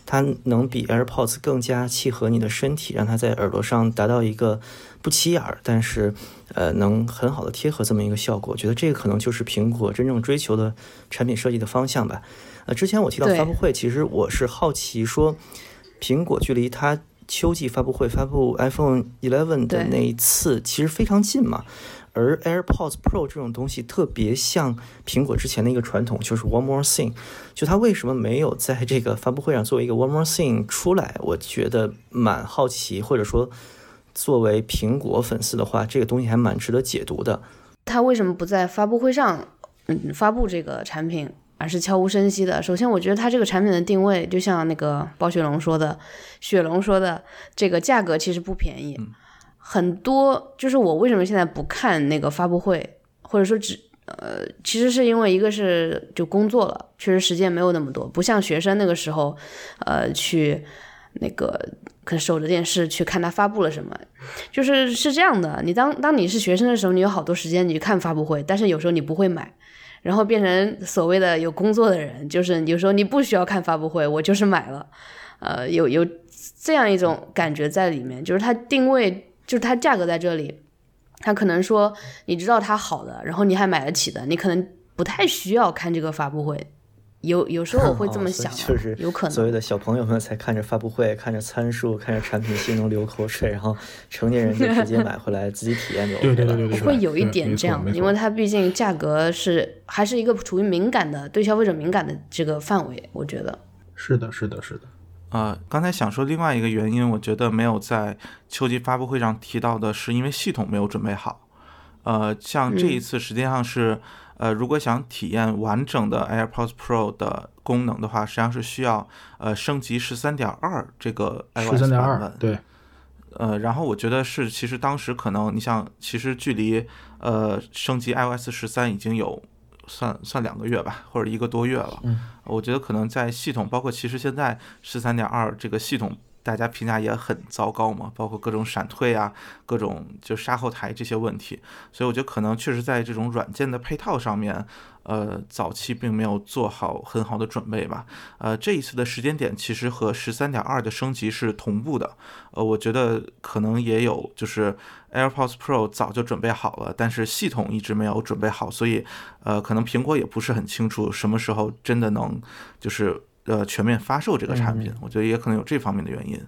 它能比 AirPods 更加契合你的身体，让它在耳朵上达到一个不起眼但是能很好的贴合这么一个效果。我觉得这个可能就是苹果真正追求的产品设计的方向吧。之前我提到发布会，其实我是好奇说，苹果距离它秋季发布会发布 iPhone 11的那一次其实非常近嘛，而 AirPods Pro 这种东西特别像苹果之前的一个传统，就是 One More Thing， 就它为什么没有在这个发布会上作为一个 One More Thing 出来，我觉得蛮好奇，或者说作为苹果粉丝的话，这个东西还蛮值得解读的。 它为什么不在发布会上发布这个产品，而是悄无声息的？首先我觉得它这个产品的定位就像那个包雪龙说的，这个价格其实不便宜，很多就是我为什么现在不看那个发布会，或者说其实是因为一个是就工作了，确实时间没有那么多，不像学生那个时候去那个可能守着电视去看他发布了什么，是这样的，你当你是学生的时候，你有好多时间你去看发布会，但是有时候你不会买，然后变成所谓的有工作的人，就是有时候你不需要看发布会，我就是买了，有这样一种感觉在里面，就是它定位，就是它价格在这里，它可能说你知道它好的，然后你还买得起的，你可能不太需要看这个发布会。有时候我会这么想， 就是有可能所谓的小朋友们才看着发布会，看着参数，看着产品性能流口水，然后成年人就直接买回来自己体验就 OK 了。 对， 会有一点这样，因为它毕竟价格还是一个处于敏感的，对消费者敏感的这个范围，我觉得是的。 刚才想说另外一个原因，我觉得没有在秋季发布会上提到的是因为系统没有准备好。像这一次实际上是如果想体验完整的 AirPods Pro 的功能的话，实际上是需要升级 13.2 这个 iOS 版本。 对。 然后我觉得其实当时可能你像其实距离升级 iOS 13已经有算2个月吧，或者1个多月了。我觉得可能在系统，包括其实现在 13.2 这个系统大家评价也很糟糕嘛，包括各种闪退啊，各种就杀后台这些问题，所以我觉得可能确实在这种软件的配套上面，早期并没有做好很好的准备吧。这一次的时间点其实和 13.2 的升级是同步的。我觉得可能也有就是 AirPods Pro 早就准备好了，但是系统一直没有准备好，所以可能苹果也不是很清楚什么时候真的能就是全面发售这个产品。我觉得也可能有这方面的原因。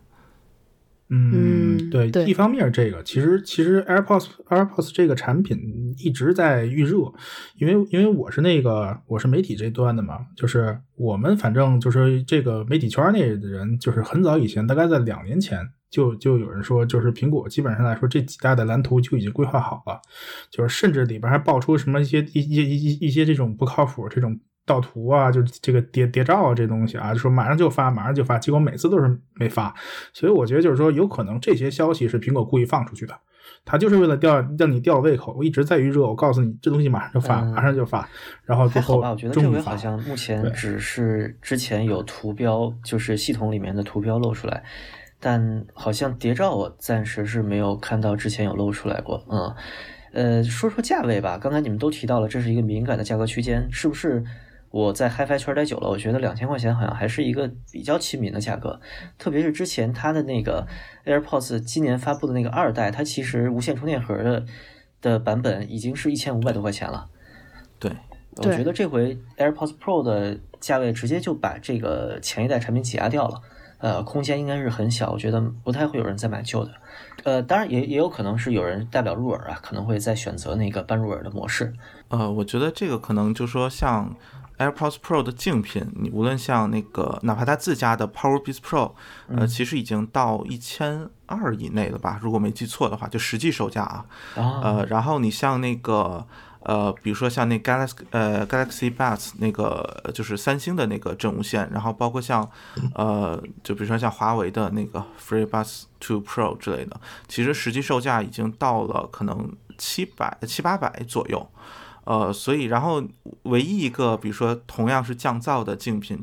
对，一方面这个其实 AirPods 这个产品一直在预热，因为我是媒体这端的嘛，就是我们反正就是这个媒体圈内的人，就是很早以前，大概在2年前就有人说，就是苹果基本上来说这几代的蓝图就已经规划好了，就是甚至里边还爆出什么一些这种不靠谱这种盗图啊，就这个谍照啊，这东西啊，就说马上就发，结果每次都是没发。所以我觉得就是说，有可能这些消息是苹果故意放出去的，他就是为了让你吊胃口。我一直在预热，我告诉你这东西马上就发，然后最后还好吧？我觉得这回好像目前只是之前有图标，就是系统里面的图标露出来，但好像谍照我暂时是没有看到之前有露出来过。说价位吧，刚才你们都提到了，这是一个敏感的价格区间，是不是？我在 HiFi 圈待久了，我觉得2000块钱好像还是一个比较亲民的价格，特别是之前它的那个 AirPods 今年发布的那个2代，它其实无线充电盒的版本已经是1500多块钱了。 对， 我觉得这回 AirPods Pro 的价位直接就把这个前一代产品挤压掉了，空间应该是很小，我觉得不太会有人再买旧的。当然也有可能是有人大不了入耳啊，可能会再选择那个半入耳的模式。 我觉得这个可能就说像AirPods Pro 的竞品，你无论像那个哪怕它自家的 Powerbeats Pro，其实已经到1200以内了吧，如果没记错的话，就实际售价啊。然后你像那个比如说像那 Galaxy Buds 那个就是三星的那个真无线，然后包括像就比如说像华为的那个 FreeBuds 2 Pro 之类的，其实实际售价已经到了可能700-800左右。所以然后唯一一个比如说同样是降噪的竞品就是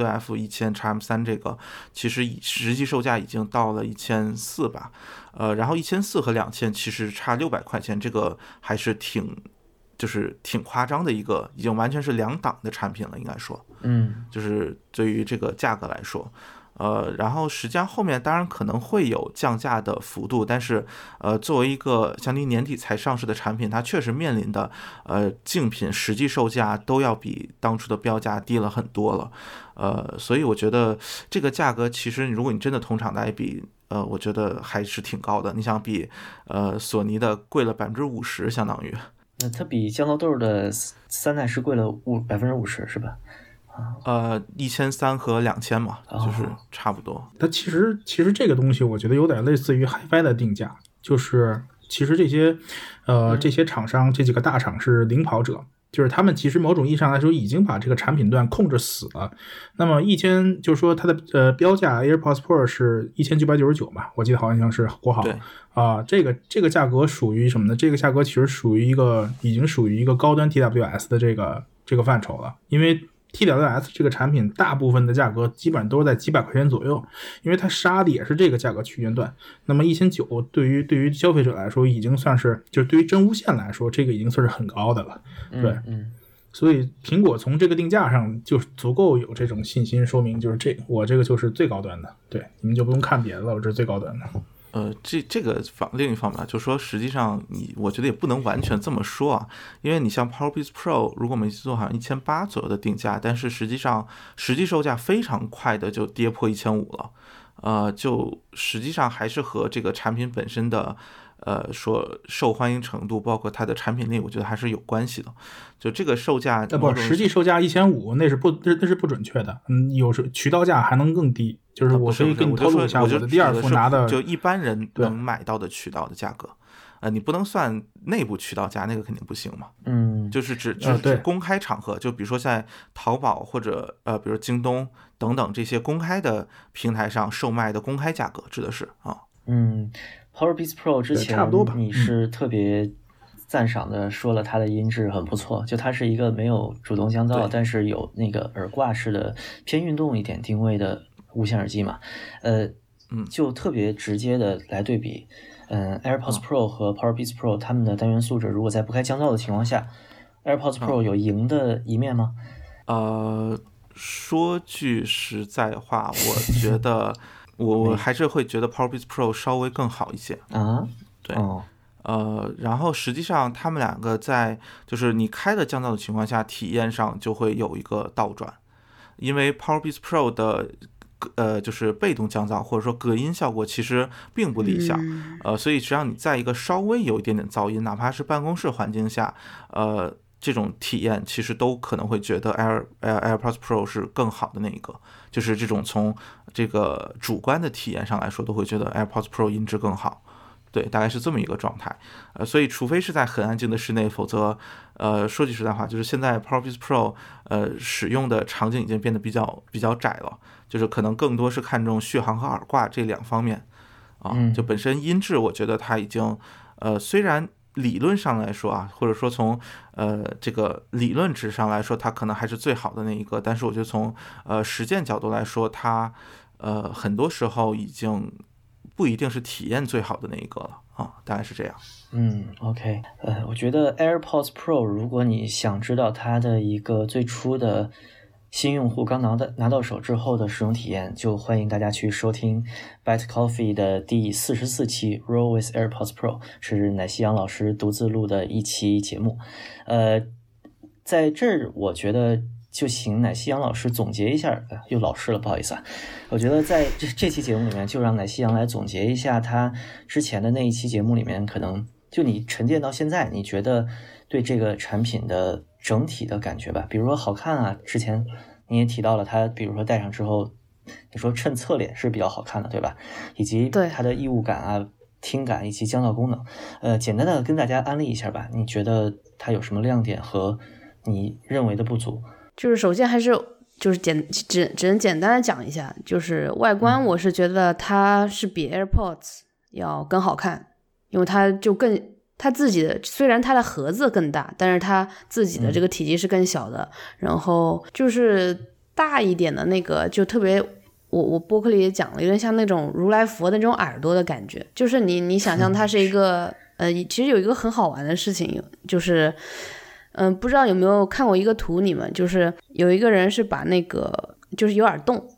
WF-1000X-M3 这个，其实实际售价已经到了1400吧。然后1400和2000其实差600块钱，这个还是挺夸张的一个，已经完全是2档的产品了，应该说。就是对于这个价格来说。 然后实际上后面当然可能会有降价的幅度，但是作为一个将近年底才上市的产品，它确实面临的竞品实际售价都要比当初的标价低了很多了，所以我觉得这个价格其实如果你真的同场来比，我觉得还是挺高的。你想比索尼的贵了50%，相当于。 那它比降噪豆的3代是贵了50%是吧 ？1300和2000嘛，就是差不多。 它其实这个东西我觉得有点类似于 Hi-Fi 的定价，就是其实这些厂商这几个大厂是领跑者，就是他们其实某种意义上来说已经把这个产品段控制死了。那么就是说它的标价 AirPods Pro 是1999嘛，我记得好像是国行这个价格属于什么呢？这个价格其实已经属于一个高端 TWS 的这个范畴了，因为TWS 这个产品大部分的价格基本上都是在几百块钱左右，因为它杀的也是这个价格区间段。那么1900对于消费者来说已经算是，就是对于真无线来说，这个已经算是很高的了。对，所以苹果从这个定价上就足够有这种信心，说明就是我这个就是最高端的，对，你们就不用看别的了，我这是最高端的。 这个另一方面就是说，实际上我觉得也不能完全这么说啊，因为你像 PowerBeats Pro 如果没记错好像1800左右的定价，但是实际上实际售价非常快的就跌破1500了，就实际上还是和这个产品本身的说受欢迎程度，包括它的产品力，我觉得还是有关系的。就这个售价实际售价1500那是不准确的，有时渠道价还能更低。就是我可以跟你透露一下，我的第二副拿的就一般人能买到的渠道的价格，你不能算内部渠道价，那个肯定不行嘛。就是指公开场合，就比如说在淘宝或者比如京东等等这些公开的平台上售卖的公开价格，指的是 PowerBeats Pro 之前你是特别赞赏的说了它的音质很不错，就它是一个没有主动降噪，但是有那个耳挂式的偏运动一点定位的无线耳机嘛，就特别直接的来对比AirPods Pro 和 PowerBeats Pro 它们的单元素质，如果在不开降噪的情况下，AirPods Pro 有赢的一面吗？ 说句实在话，我觉得我还是会觉得 PowerBeats Pro 稍微更好一些啊。 对，然后实际上他们两个在就是你开了降噪的情况下，体验上就会有一个倒转，因为 PowerBeats Pro 的就是被动降噪或者说隔音效果其实并不理想，所以只要你在一个稍微有一点点噪音，哪怕是办公室环境下，这种体验其实都可能会觉得 AirPods Pro 是更好的那一个，就是这种从这个主观的体验上来说，都会觉得 AirPods Pro 音质更好。对，大概是这么一个状态。所以除非是在很安静的室内，否则说句实在话，就是现在 PowerBeats Pro 使用的场景已经变得比较窄了，就是可能更多是看重续航和耳挂这两方面就本身音质我觉得它已经虽然理论上来说啊，或者说从这个理论值上来说，它可能还是最好的那一个，但是我觉得从实践角度来说，它很多时候已经不一定是体验最好的那一个了大概是这样。 OK， 我觉得 AirPods Pro 如果你想知道它的一个最初的新用户刚拿到手之后的使用体验，就欢迎大家去收听 Byte Coffee 的第44期 Roll with AirPods Pro， 是乃西阳老师独自录的一期节目。在这儿我觉得就请乃西阳老师总结一下，又老师了，不好意思啊。我觉得在这期节目里面，就让乃西阳来总结一下他之前的那一期节目里面，可能就你沉淀到现在，你觉得对这个产品的整体的感觉吧，比如说好看啊，之前你也提到了它，比如说戴上之后，你说衬侧脸是比较好看的，对吧？以及它的异物感啊、听感以及降噪功能，简单的跟大家安利一下吧。你觉得它有什么亮点和你认为的不足？ 就是首先还是就是只能简单的讲一下，就是外观我是觉得它是比 AirPods 要更好看，因为它就更它自己的，虽然它的盒子更大，但是它自己的这个体积是更小的，然后就是大一点的那个就特别，我播客里也讲了，有点像那种如来佛的那种耳朵的感觉，就是你想象它是一个其实有一个很好玩的事情，就是不知道有没有看过一个图，你们就是有一个人是把那个就是有耳洞，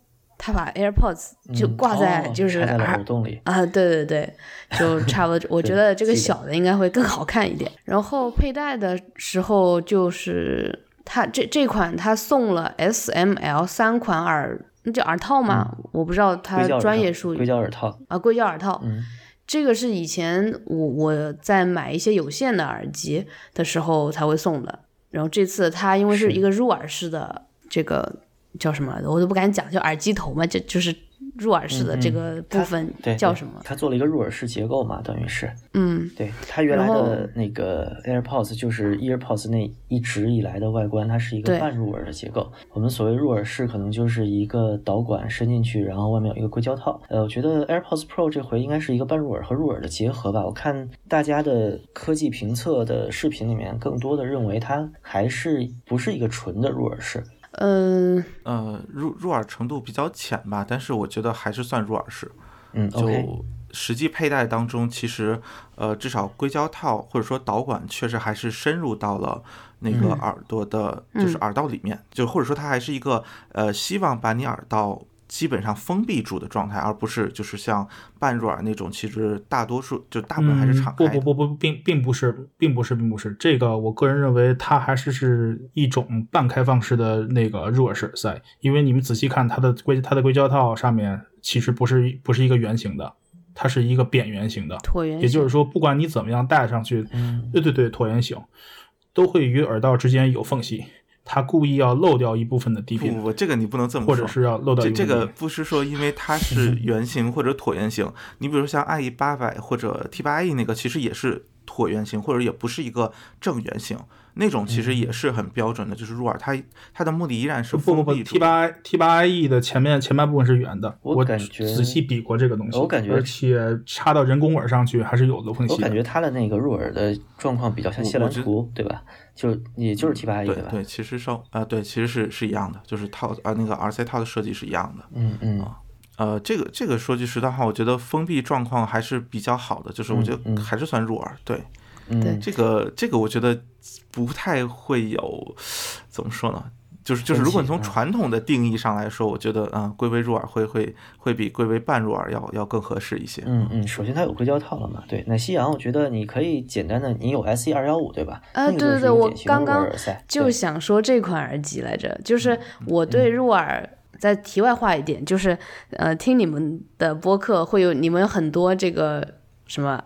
他把 AirPods 就挂在就是耳洞里啊，对对对，就差不多。我觉得这个小的应该会更好看一点。然后佩戴的时候就是它这款它送了 SML 3款那叫耳套吗？我不知道它专业术语。 硅胶耳套啊，硅胶耳套。这个是以前我在买一些有线的耳机的时候才会送的。然后这次它因为是一个入耳式的这个叫什么，我都不敢讲，叫耳机头嘛，就是入耳式的这个部分叫什么？ 它做了一个入耳式结构嘛，等于是。对，它原来的那个 AirPods 就是 EarPods 那一直以来的外观，它是一个半入耳的结构。我们所谓入耳式可能就是一个导管伸进去，然后外面有一个硅胶套。我觉得 AirPods Pro 这回应该是一个半入耳和入耳的结合吧。我看大家的科技评测的视频里面，更多的认为它还是不是一个纯的入耳式。 入耳程度比较浅吧，但是我觉得还是算入耳式。 就实际佩戴当中，其实至少硅胶套或者说导管确实还是深入到了那个耳朵的，就是耳道里面，就或者说它还是一个希望把你耳道基本上封闭住的状态，而不是就是像半入耳那种，其实大多数就大部分还是敞开的。 并不是，这个我个人认为它还是一种半开放式的那个入耳式耳塞，因为你们仔细看它的硅胶套上面其实不是一个圆形的，它是一个扁圆形的， 椭圆形， 也就是说不管你怎么样戴上去，对，椭圆形都会与耳道之间有缝隙。他故意要漏掉一部分的低频， 不，这个你不能这么说， 或者是要漏掉一部分。 这个不是说因为它是圆形或者椭圆形，你比如像 IE800 或者 T8i 那个，其实也是椭圆形，或者也不是一个正圆形，那种其实也是很标准的，就是入耳，它的目的依然是封闭住。 T8i 的前半部分是圆的， 我感觉仔细比过这个东西， 我感觉而且插到人工耳上去还是有漏缝隙的。 我感觉它的那个入耳的状况比较像谢兰图，对吧？也就是 T8i 对吧？ 对，其实对，其实是一样的，就是套那个耳塞套的设计是一样的。这个说句实在话，我觉得封闭状况还是比较好的，就是我觉得还是算入耳。对，这个我觉得不太会有，怎么说呢？就是如果你从传统的定义上来说，我觉得归为入耳会比归为半入耳要更合适一些。 首先它有硅胶套了嘛，对。奶昔羊，我觉得你可以简单的，你有 SE215 对吧？ 对，我刚刚就想说这款耳机来着，就是我对入耳。再题外话一点，就是听你们的播客会有你们有很多这个什么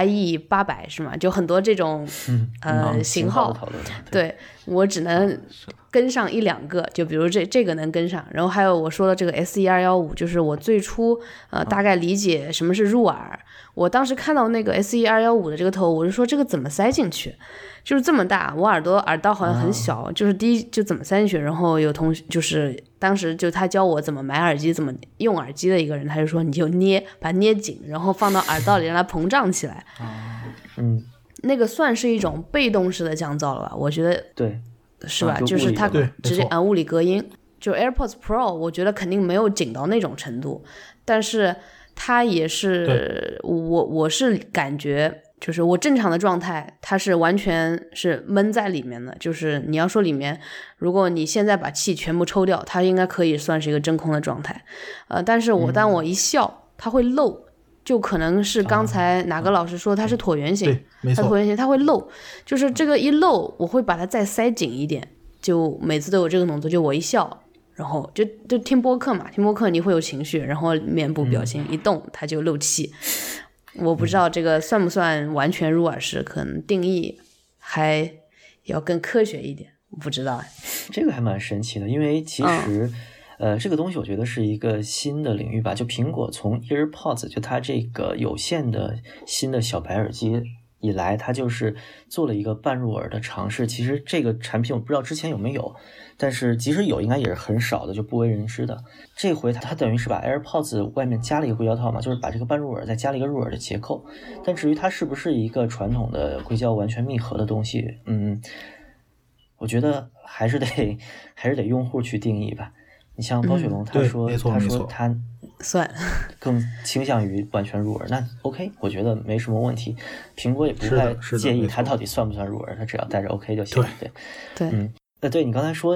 IE800 是吗？就很多这种型号，对，我只能跟上一两个，就比如这个能跟上，然后还有我说的这个 SE215，就是我最初大概理解什么是入耳。我当时看到那个 SE215 的这个头，我就说这个怎么塞进去？就是这么大，我耳道好像很小，就是第一就怎么塞进去。然后有同学就是当时就他教我怎么买耳机、怎么用耳机的一个人，他就说你就把它捏紧，然后放到耳道里让它膨胀起来。那个算是一种被动式的降噪了吧？我觉得对， 是吧？就是它直接物理隔音。就 AirPods Pro， 我觉得肯定没有紧到那种程度，但是它也是我是感觉。就是我正常的状态，它是完全是闷在里面的。就是你要说里面，如果你现在把气全部抽掉，它应该可以算是一个真空的状态。但是当我一笑，它会漏，就可能是刚才哪个老师说它是椭圆形， 对，没错， 它椭圆形它会漏，就是这个一漏，我会把它再塞紧一点。就每次都有这个动作，就我一笑，然后就听播客嘛，听播客你会有情绪，然后面部表情一动，它就漏气。我不知道这个算不算完全入耳式，可能定义还要更科学一点，我不知道。 这个还蛮神奇的，因为其实这个东西我觉得是一个新的领域吧。就苹果从 EarPods 就它这个有线的新的小白耳机以来，它就是做了一个半入耳的尝试。其实这个产品我不知道之前有没有，但是即使有应该也是很少的，就不为人知的。这回它等于是把 AirPods 外面加了一个硅胶套嘛，就是把这个半入耳再加了一个入耳的结构。但至于它是不是一个传统的硅胶完全密合的东西，我觉得还是得用户去定义吧。你像包雪龙他说他算更倾向于完全入耳，那 OK， 我觉得没什么问题。苹果也不太介意它到底算不算入耳，它只要带着 OK 就行。 对， 对，你刚才说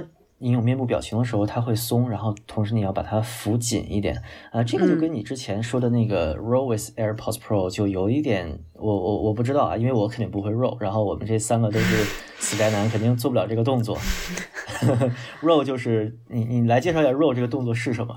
你有面部表情的时候它会松，然后同时你要把它扶紧一点这个就跟你之前说的那个 roll with AirPods Pro 就有一点我不知道因为我肯定不会 roll， 然后我们这3个都是死宅男，肯定做不了这个动作roll 就是你来介绍一下 roll 这个动作是什么。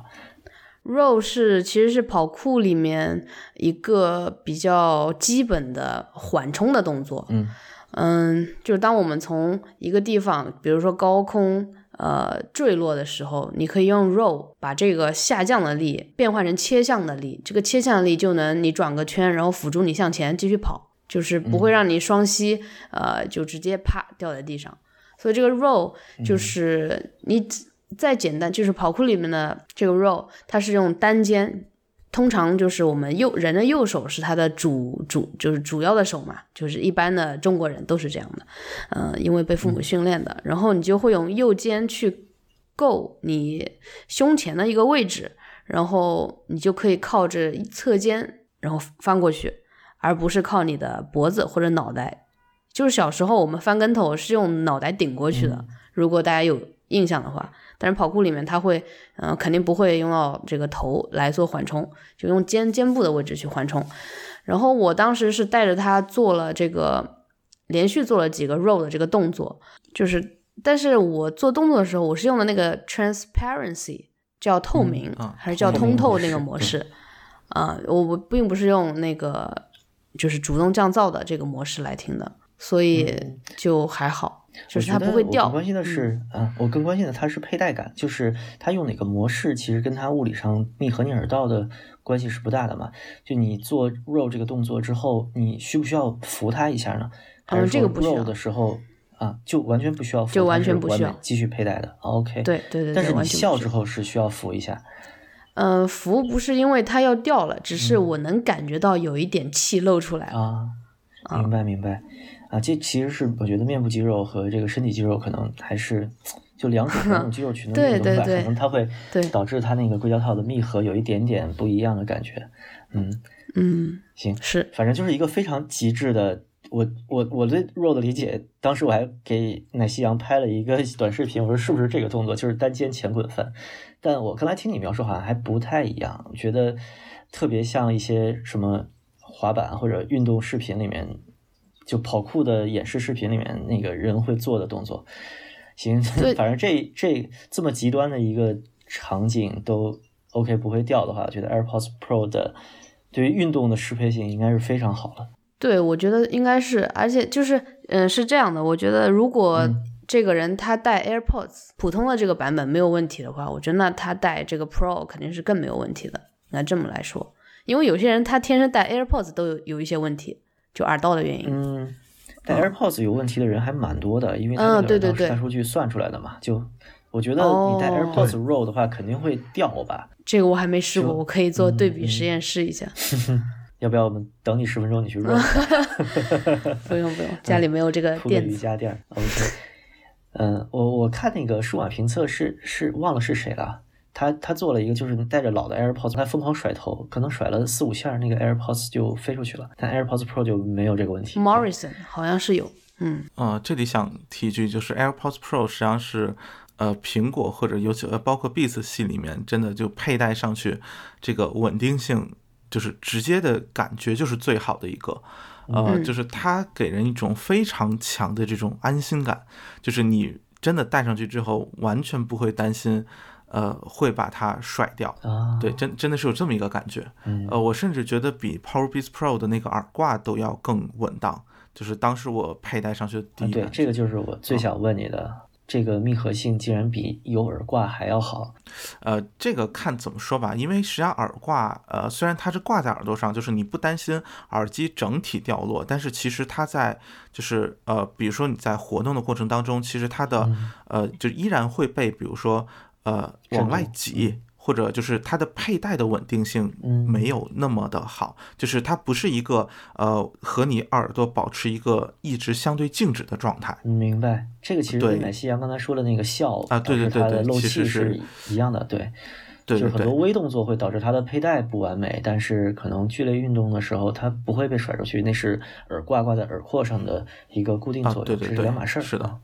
roll 其实是跑酷里面一个比较基本的缓冲的动作。就是当我们从一个地方比如说高空坠落的时候，你可以用 roll 把这个下降的力变换成切向的力，这个切向的力就能你转个圈然后辅助你向前继续跑，就是不会让你双膝就直接啪掉在地上。所以这个 roll 就是你再简单，就是跑酷里面的这个 roll 它是用单肩，通常就是我们人的右手是他的就是主要的手嘛，就是一般的中国人都是这样的因为被父母训练的然后你就会用右肩去够你胸前的一个位置，然后你就可以靠着侧肩然后翻过去，而不是靠你的脖子或者脑袋。就是小时候我们翻跟头是用脑袋顶过去的如果大家有印象的话，但是跑酷里面它会肯定不会用到这个头来做缓冲，就用肩部的位置去缓冲。然后我当时是带着它做了这个连续做了几个 roll 的这个动作，就是但是我做动作的时候我是用的那个 transparency 叫透明还是叫通透那个模式我并不是用那个就是主动降噪的这个模式来听的，所以就还好就是它不会掉。 我更关心的是我更关心的它是佩戴感，就是它用哪个模式其实跟它物理上密合你耳道的关系是不大的嘛。就你做 roll 这个动作之后，你需不需要扶它一下呢？还是说 roll 的时候就完全不需要扶， 就完全不需要继续佩戴的。OK， 对， 但是你笑之后是需要扶一下。 扶不是因为它要掉了，只是我能感觉到有一点气漏出来了明白这其实是我觉得面部肌肉和这个身体肌肉可能还是就两种肌肉群的运动吧，可能它会导致它那个硅胶套的密合有一点点不一样的感觉。行， 是， 反正就是一个非常极致的。我对 roll 的理解，当时我还给奶昔羊拍了一个短视频，我说是不是这个动作就是单肩前滚翻，但我刚才听你描述好像还不太一样，我觉得特别像一些什么滑板或者运动视频里面，就跑酷的演示视频里面那个人会做的动作。行，反正这么极端的一个场景都 OK 不会掉的话，我觉得 AirPods Pro 的对于运动的适配性应该是非常好的。 对，我觉得应该是，而且就是是这样的，我觉得如果这个人他带 AirPods 普通的这个版本没有问题的话，我觉得那他带这个 Pro 肯定是更没有问题的。那这么来说，因为有些人他天生带 AirPods 都有一些问题，就耳道的原因。 带 AirPods 有问题的人还蛮多的，因为它那个大数据算出来的嘛。就我觉得你带 AirPods Roll 的话肯定会掉吧。 这个我还没试过，我可以做对比实验试一下。 要不要我们等你10分钟你去 roll？ 不用，家里没有这个垫子。 瑜伽垫。OK。我看那个数码评测是忘了是谁了，他做了一个就是带着老的 AirPods， 他疯狂甩头，可能甩了4-5下，那个 AirPods 就飞出去了，但 AirPods Pro 就没有这个问题。 Morrison 好像是有。 这里想提一句，就是 AirPods Pro 实际上是苹果或者尤其包括 Beats 系里面真的就佩戴上去这个稳定性就是直接的感觉就是最好的一个，就是它给人一种非常强的这种安心感，就是你真的戴上去之后完全不会担心会把它甩掉。对，真的是有这么一个感觉。我甚至觉得比 Powerbeats Pro 的那个耳挂都要更稳当，就是当时我佩戴上去的第一感觉。 对，这个就是我最想问你的。这个密合性竟然比有耳挂还要好。 这个看怎么说吧，因为实际上耳挂虽然它是挂在耳朵上，就是你不担心耳机整体掉落，但是其实它在就是比如说你在活动的过程当中，其实它的就依然会被比如说往外挤，或者就是它的佩戴的稳定性没有那么的好，就是它不是一个和你耳朵保持一个一直相对静止的状态。 明白，这个其实跟奶昔羊刚才说的那个笑对， 它的漏气是一样的。对，就是很多微动作会导致它的佩戴不完美，但是可能剧烈运动的时候它不会被甩出去，那是耳挂挂在耳廓上的一个固定作用，这是两码事儿。 是的。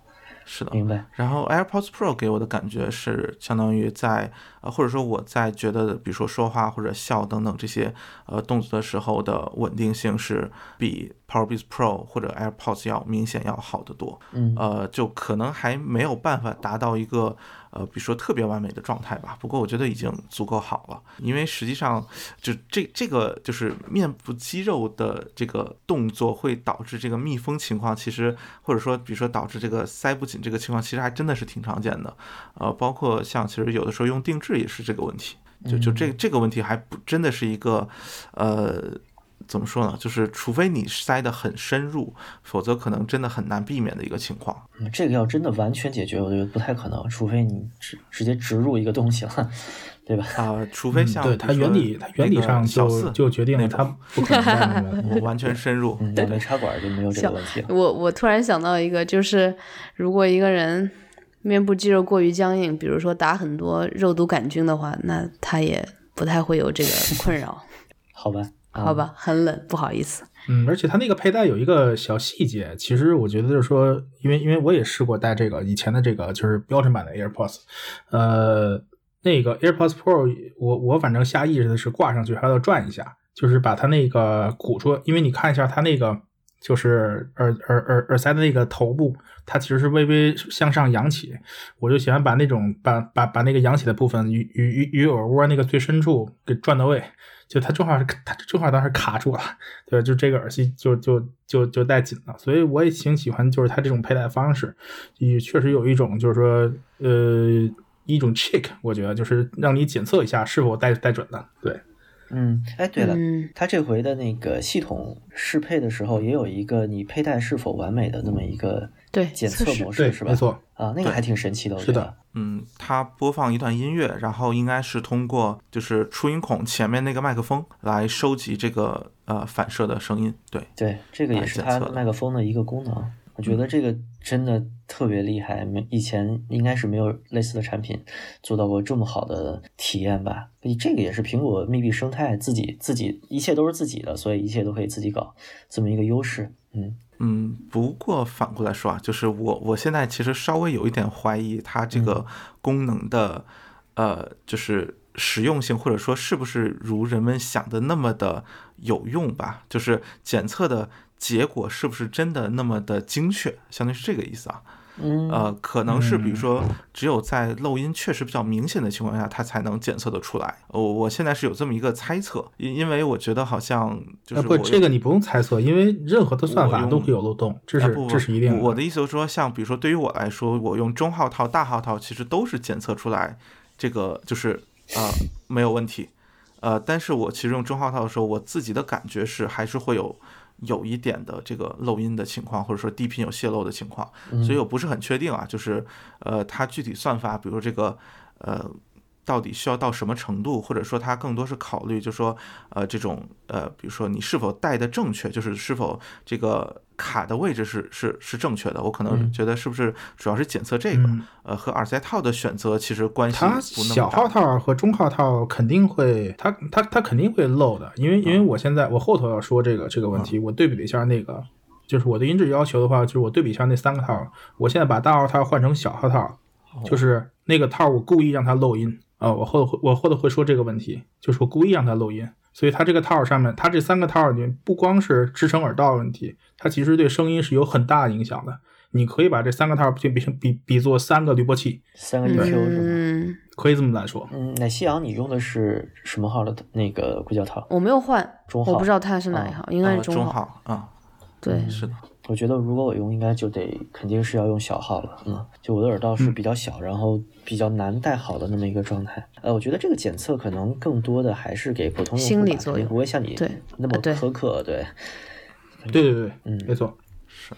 是的， 明白。 然后 AirPods Pro 给我的感觉是相当于在或者说我在觉得比如说说话或者笑等等这些动作的时候的稳定性是比 Powerbeats Pro 或者 AirPods 要明显要好得多。就可能还没有办法达到一个比如说特别完美的状态吧，不过我觉得已经足够好了。因为实际上就这个就是面部肌肉的这个动作会导致这个密封情况，其实或者说比如说导致这个塞不紧这个情况，其实还真的是挺常见的。包括像其实有的时候用定制也是这个问题，就这个问题还不真的是一个怎么说呢？就是除非你塞得很深入，否则可能真的很难避免的一个情况。 这个要真的完全解决，我觉得不太可能，除非你直接植入一个东西了，对吧？ 除非像对它原理上就决定了它不可能完全深入， 对，没插管就没有这个问题了。 我突然想到一个，就是如果一个人面部肌肉过于僵硬，比如说打很多肉毒杆菌的话，那他也不太会有这个困扰。好吧，很冷，不好意思。 而且它那个佩戴有一个小细节，其实我觉得就是说，因为我也试过戴这个以前的这个就是标准版的 AirPods，那个 AirPods Pro， 我反正下意识的是挂上去还要转一下，就是把它那个鼓出，因为你看一下它那个就是耳塞的那个头部，它其实是微微向上扬起，我就喜欢把那种把那个扬起的部分与耳蜗那个最深处给转到位。就它正好当时卡住了，对，就这个耳机就戴紧了，所以我也挺喜欢就是它这种佩戴方式，也确实有一种就是说一种 check， 我觉得就是让你检测一下是否戴准的，对。 对了，它这回的那个系统适配的时候也有一个你佩戴是否完美的那么一个检测模式，是吧？ 没错啊，那个还挺神奇的，我觉得。 它播放一段音乐，然后应该是通过就是出音孔前面那个麦克风来收集这个反射的声音， 对，这个也是它麦克风的一个功能。我觉得这个真的特别厉害，以前应该是没有类似的产品做到过这么好的体验吧。这个也是苹果密闭生态自己一切都是自己的，所以一切都可以自己搞，这么一个优势。 不过反过来说啊，就是我现在其实稍微有一点怀疑它这个功能的就是实用性，或者说是不是如人们想的那么的有用吧，就是检测的结果是不是真的那么的精确，相当于是这个意思啊。可能是比如说只有在漏音确实比较明显的情况下它才能检测得出来。我现在是有这么一个猜测，因为我觉得好像就是这个你不用猜测，因为任何的算法都会有漏洞，这是一定的。 我的意思就是说，像比如说对于我来说，我用中号套大号套其实都是检测出来这个就是没有问题。但是我其实用中号套的时候，我自己的感觉是还是会有一点的这个漏音的情况，或者说低频有泄漏的情况，所以我不是很确定啊，就是它具体算法，比如说这个到底需要到什么程度，或者说它更多是考虑就是说这种比如说你是否戴的正确，就是是否这个卡的位置是正确的。我可能觉得是不是主要是检测这个和耳塞套的选择其实关系不那么大。 它小号套和中号套肯定会它肯定会漏的，因为我后头要说这个问题，我对比了一下那个就是我的音质要求的话，就是我对比一下那3个套，我现在把大号套换成小号套，就是那个套我故意让它漏音我后头会说这个问题，就是我故意让它漏音，所以它这个套上面，它这3个套里面不光是支撑耳道问题，它其实对声音是有很大影响的。你可以把这3个套比作3个滤波器 ，3个 EQ 是吗？ 可以这么来说。 那夕阳你用的是什么号的那个硅胶套？ 我没有换， 中号， 我不知道它是哪一号，应该是中号啊。 对， 是的。 我觉得如果我用，应该就肯定是要用小号了。就我的耳道是比较小，然后比较难戴好的那么一个状态。我觉得这个检测可能更多的还是给普通用户心理作用， 不会像你那么苛刻。对， 没错， 是。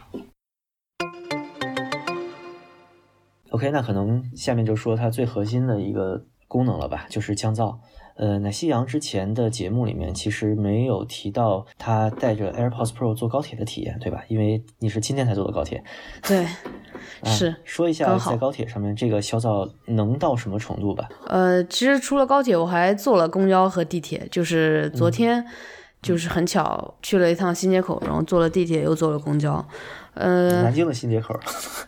OK， 那可能下面就说它最核心的一个功能了吧，就是降噪。那夕阳之前的节目里面其实没有提到他带着 AirPods Pro 坐高铁的体验，对吧？因为你是今天才坐的高铁。 对，是。 说一下在高铁上面这个消噪能到什么程度吧？ 其实除了高铁，我还坐了公交和地铁，就是昨天就是很巧去了一趟新街口，然后坐了地铁又坐了公交。 南京的新街口。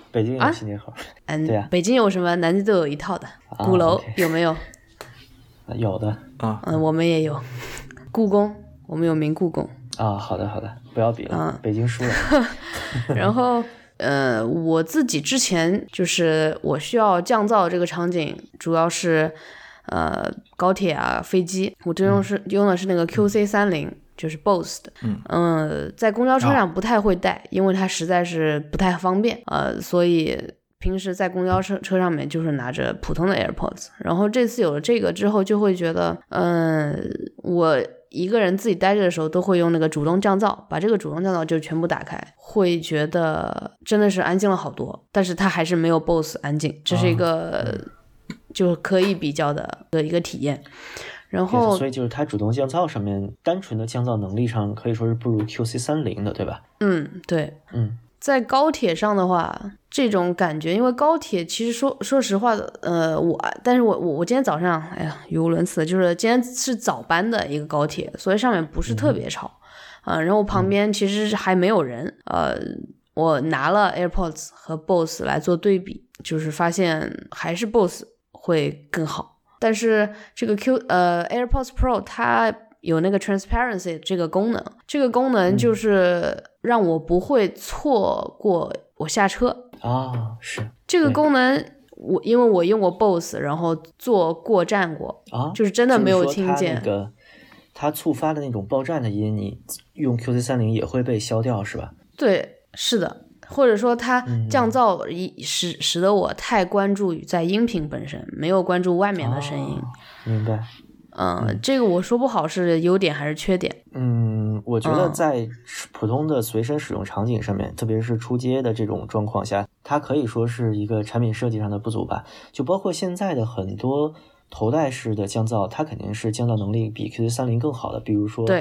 北京有新街口。对呀， 北京有什么南京都有一套的。鼓楼有没有？ 有的啊。 我们也有。故宫，我们有名故宫。 啊，好的，不要比了，北京输了。 然后我自己之前就是我需要降噪这个场景，主要是高铁啊、飞机，我这用的是那个 QC30，就是 BOSE 的。在公交车上不太会带，因为它实在是不太方便。所以平时在公交车上面就是拿着普通的 AirPods。然后这次有了这个之后，就会觉得我一个人自己待着的时候都会用那个主动降噪，把这个主动降噪就全部打开，会觉得真的是安静了好多，但是它还是没有 BOSE 安静，这是一个就可以比较的一个体验。然后所以就是它主动降噪上面单纯的降噪能力上可以说是不如 QC30 的，对吧？ 对。在高铁上的话，这种感觉，因为高铁其实说实话但是我今天早上，语无伦次，就是今天是早班的一个高铁，所以上面不是特别吵。然后旁边其实还没有人。我拿了 AirPods 和 BOSE 来做对比，就是发现还是 BOSE 会更好。但是这个AirPods Pro 它有那个 transparency 这个功能，这个功能就是让我不会错过我下车是这个功能。因为我用过 BOSE， 然后坐过站过就是真的没有听见它触发的那种爆站的音，你用 QC30 也会被消掉是吧？ 对，是的。或者说它降噪使得我太关注于在音频本身，没有关注外面的声音。 明白。 这个我说不好是优点还是缺点。 我觉得在普通的随身使用场景上面，特别是出街的这种状况下，它可以说是一个产品设计上的不足吧。就包括现在的很多头戴式的降噪，它肯定是降噪能力比 QC30 更好的，比如说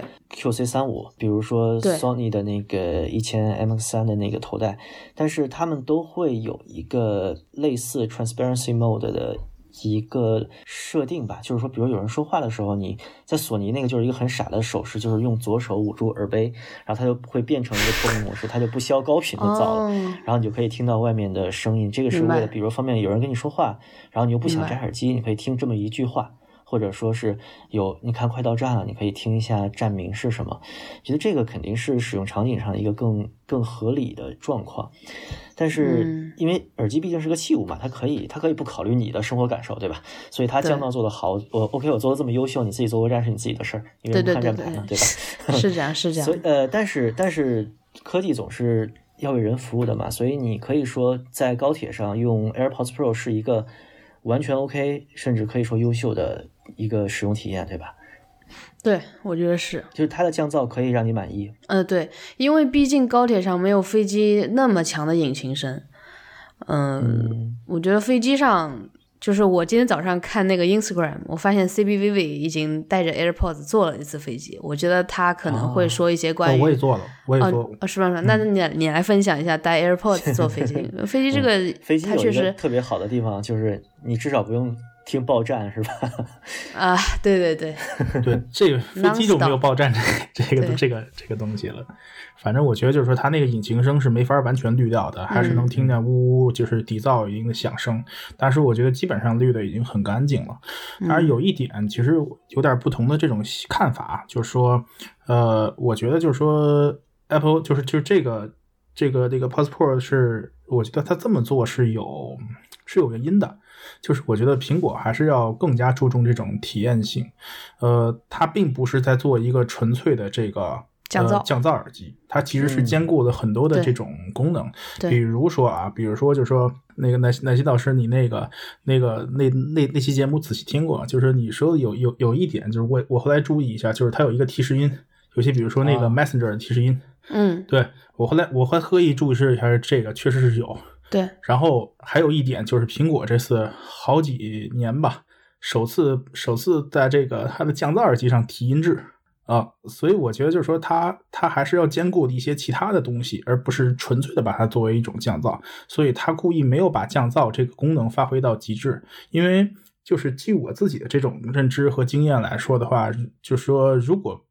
QC35， 比如说 Sony 的那个1000MX3 的那个头戴，但是他们都会有一个类似 Transparency Mode 的一个设定吧，就是说比如有人说话的时候，你在索尼那个就是一个很傻的手势，就是用左手捂住耳杯，然后它就会变成一个透明模式，它就不消高频的噪了，然后你就可以听到外面的声音。这个是为了比如方便有人跟你说话，然后你又不想摘耳机，你可以听这么一句话，或者说是你看快到站了，你可以听一下站名是什么。觉得这个肯定是使用场景上的一个更合理的状况。但是因为耳机毕竟是个器物嘛，它可以不考虑你的生活感受，对吧？所以它降噪做得好，我做得这么优秀，你自己坐过站是你自己的事儿，因为看站牌嘛，对吧？ 是这样。 所以但是科技总是要为人服务的嘛，所以你可以说在高铁上用 AirPods Pro 是一个完全 OK， 甚至可以说优秀的一个使用体验，对吧？ 对，我觉得是， 就是它的降噪可以让你满意。 对，因为毕竟高铁上没有飞机那么强的引擎声。我觉得飞机上，就是我今天早上看那个 Instagram， 我发现 CBVV 已经带着 AirPods 坐了一次飞机，我觉得他可能会说一些关于我也做了， 是吧？那你来分享一下带 AirPods 坐飞机。飞机这个飞机有一个特别好的地方，就是你至少不用听报站，是吧？ 对， 这个飞机就没有报站这个东西了。反正我觉得就是说，它那个引擎声是没法完全滤掉的，还是能听见呜呜，就是底噪一定的响声。但是我觉得基本上滤的已经很干净了。当然有一点其实有点不同的这种看法，就是说，我觉得就是说 Apple 就是这个 Pods Pro 是，我觉得它这么做是有原因的。就是我觉得苹果还是要更加注重这种体验性，它并不是在做一个纯粹的这个降噪耳机，它其实是兼顾了很多的这种功能。比如说就是说那个奶昔老师，你那期节目仔细听过，就是你说有一点，就是我后来注意一下，就是它有一个提示音，尤其比如说那个 Messenger 的提示音，对，我后来刻意注视一下，这个确实是有。 对， 然后还有一点就是苹果这次好几年吧，首次在这个它的降噪耳机上提音质所以我觉得就是说它还是要兼顾的一些其他的东西，而不是纯粹的把它作为一种降噪，所以它故意没有把降噪这个功能发挥到极致。因为就是基于我自己的这种认知和经验来说的话，就是说如果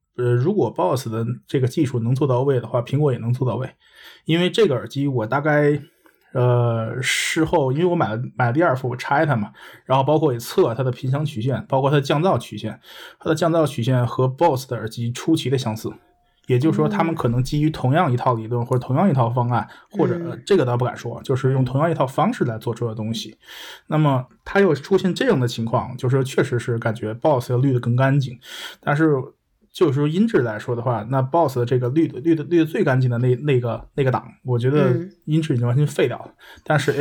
BOSE 的这个技术能做到位的话，苹果也能做到位。因为这个耳机我大概事后因为我买了第二副，我拆它嘛，然后包括也测它的频响曲线，包括它的降噪曲线，它的降噪曲线和 BOSS 的耳机出奇的相似。也就是说他们可能基于同样一套理论或者同样一套方案，或者这个倒不敢说，就是用同样一套方式来做出的东西。那么它又出现这样的情况，就是确实是感觉 BOSS 要滤得更干净，但是就是说音质来说的话，那 BOSS 的这个滤得最干净的那个档，我觉得音质已经完全废掉了。但是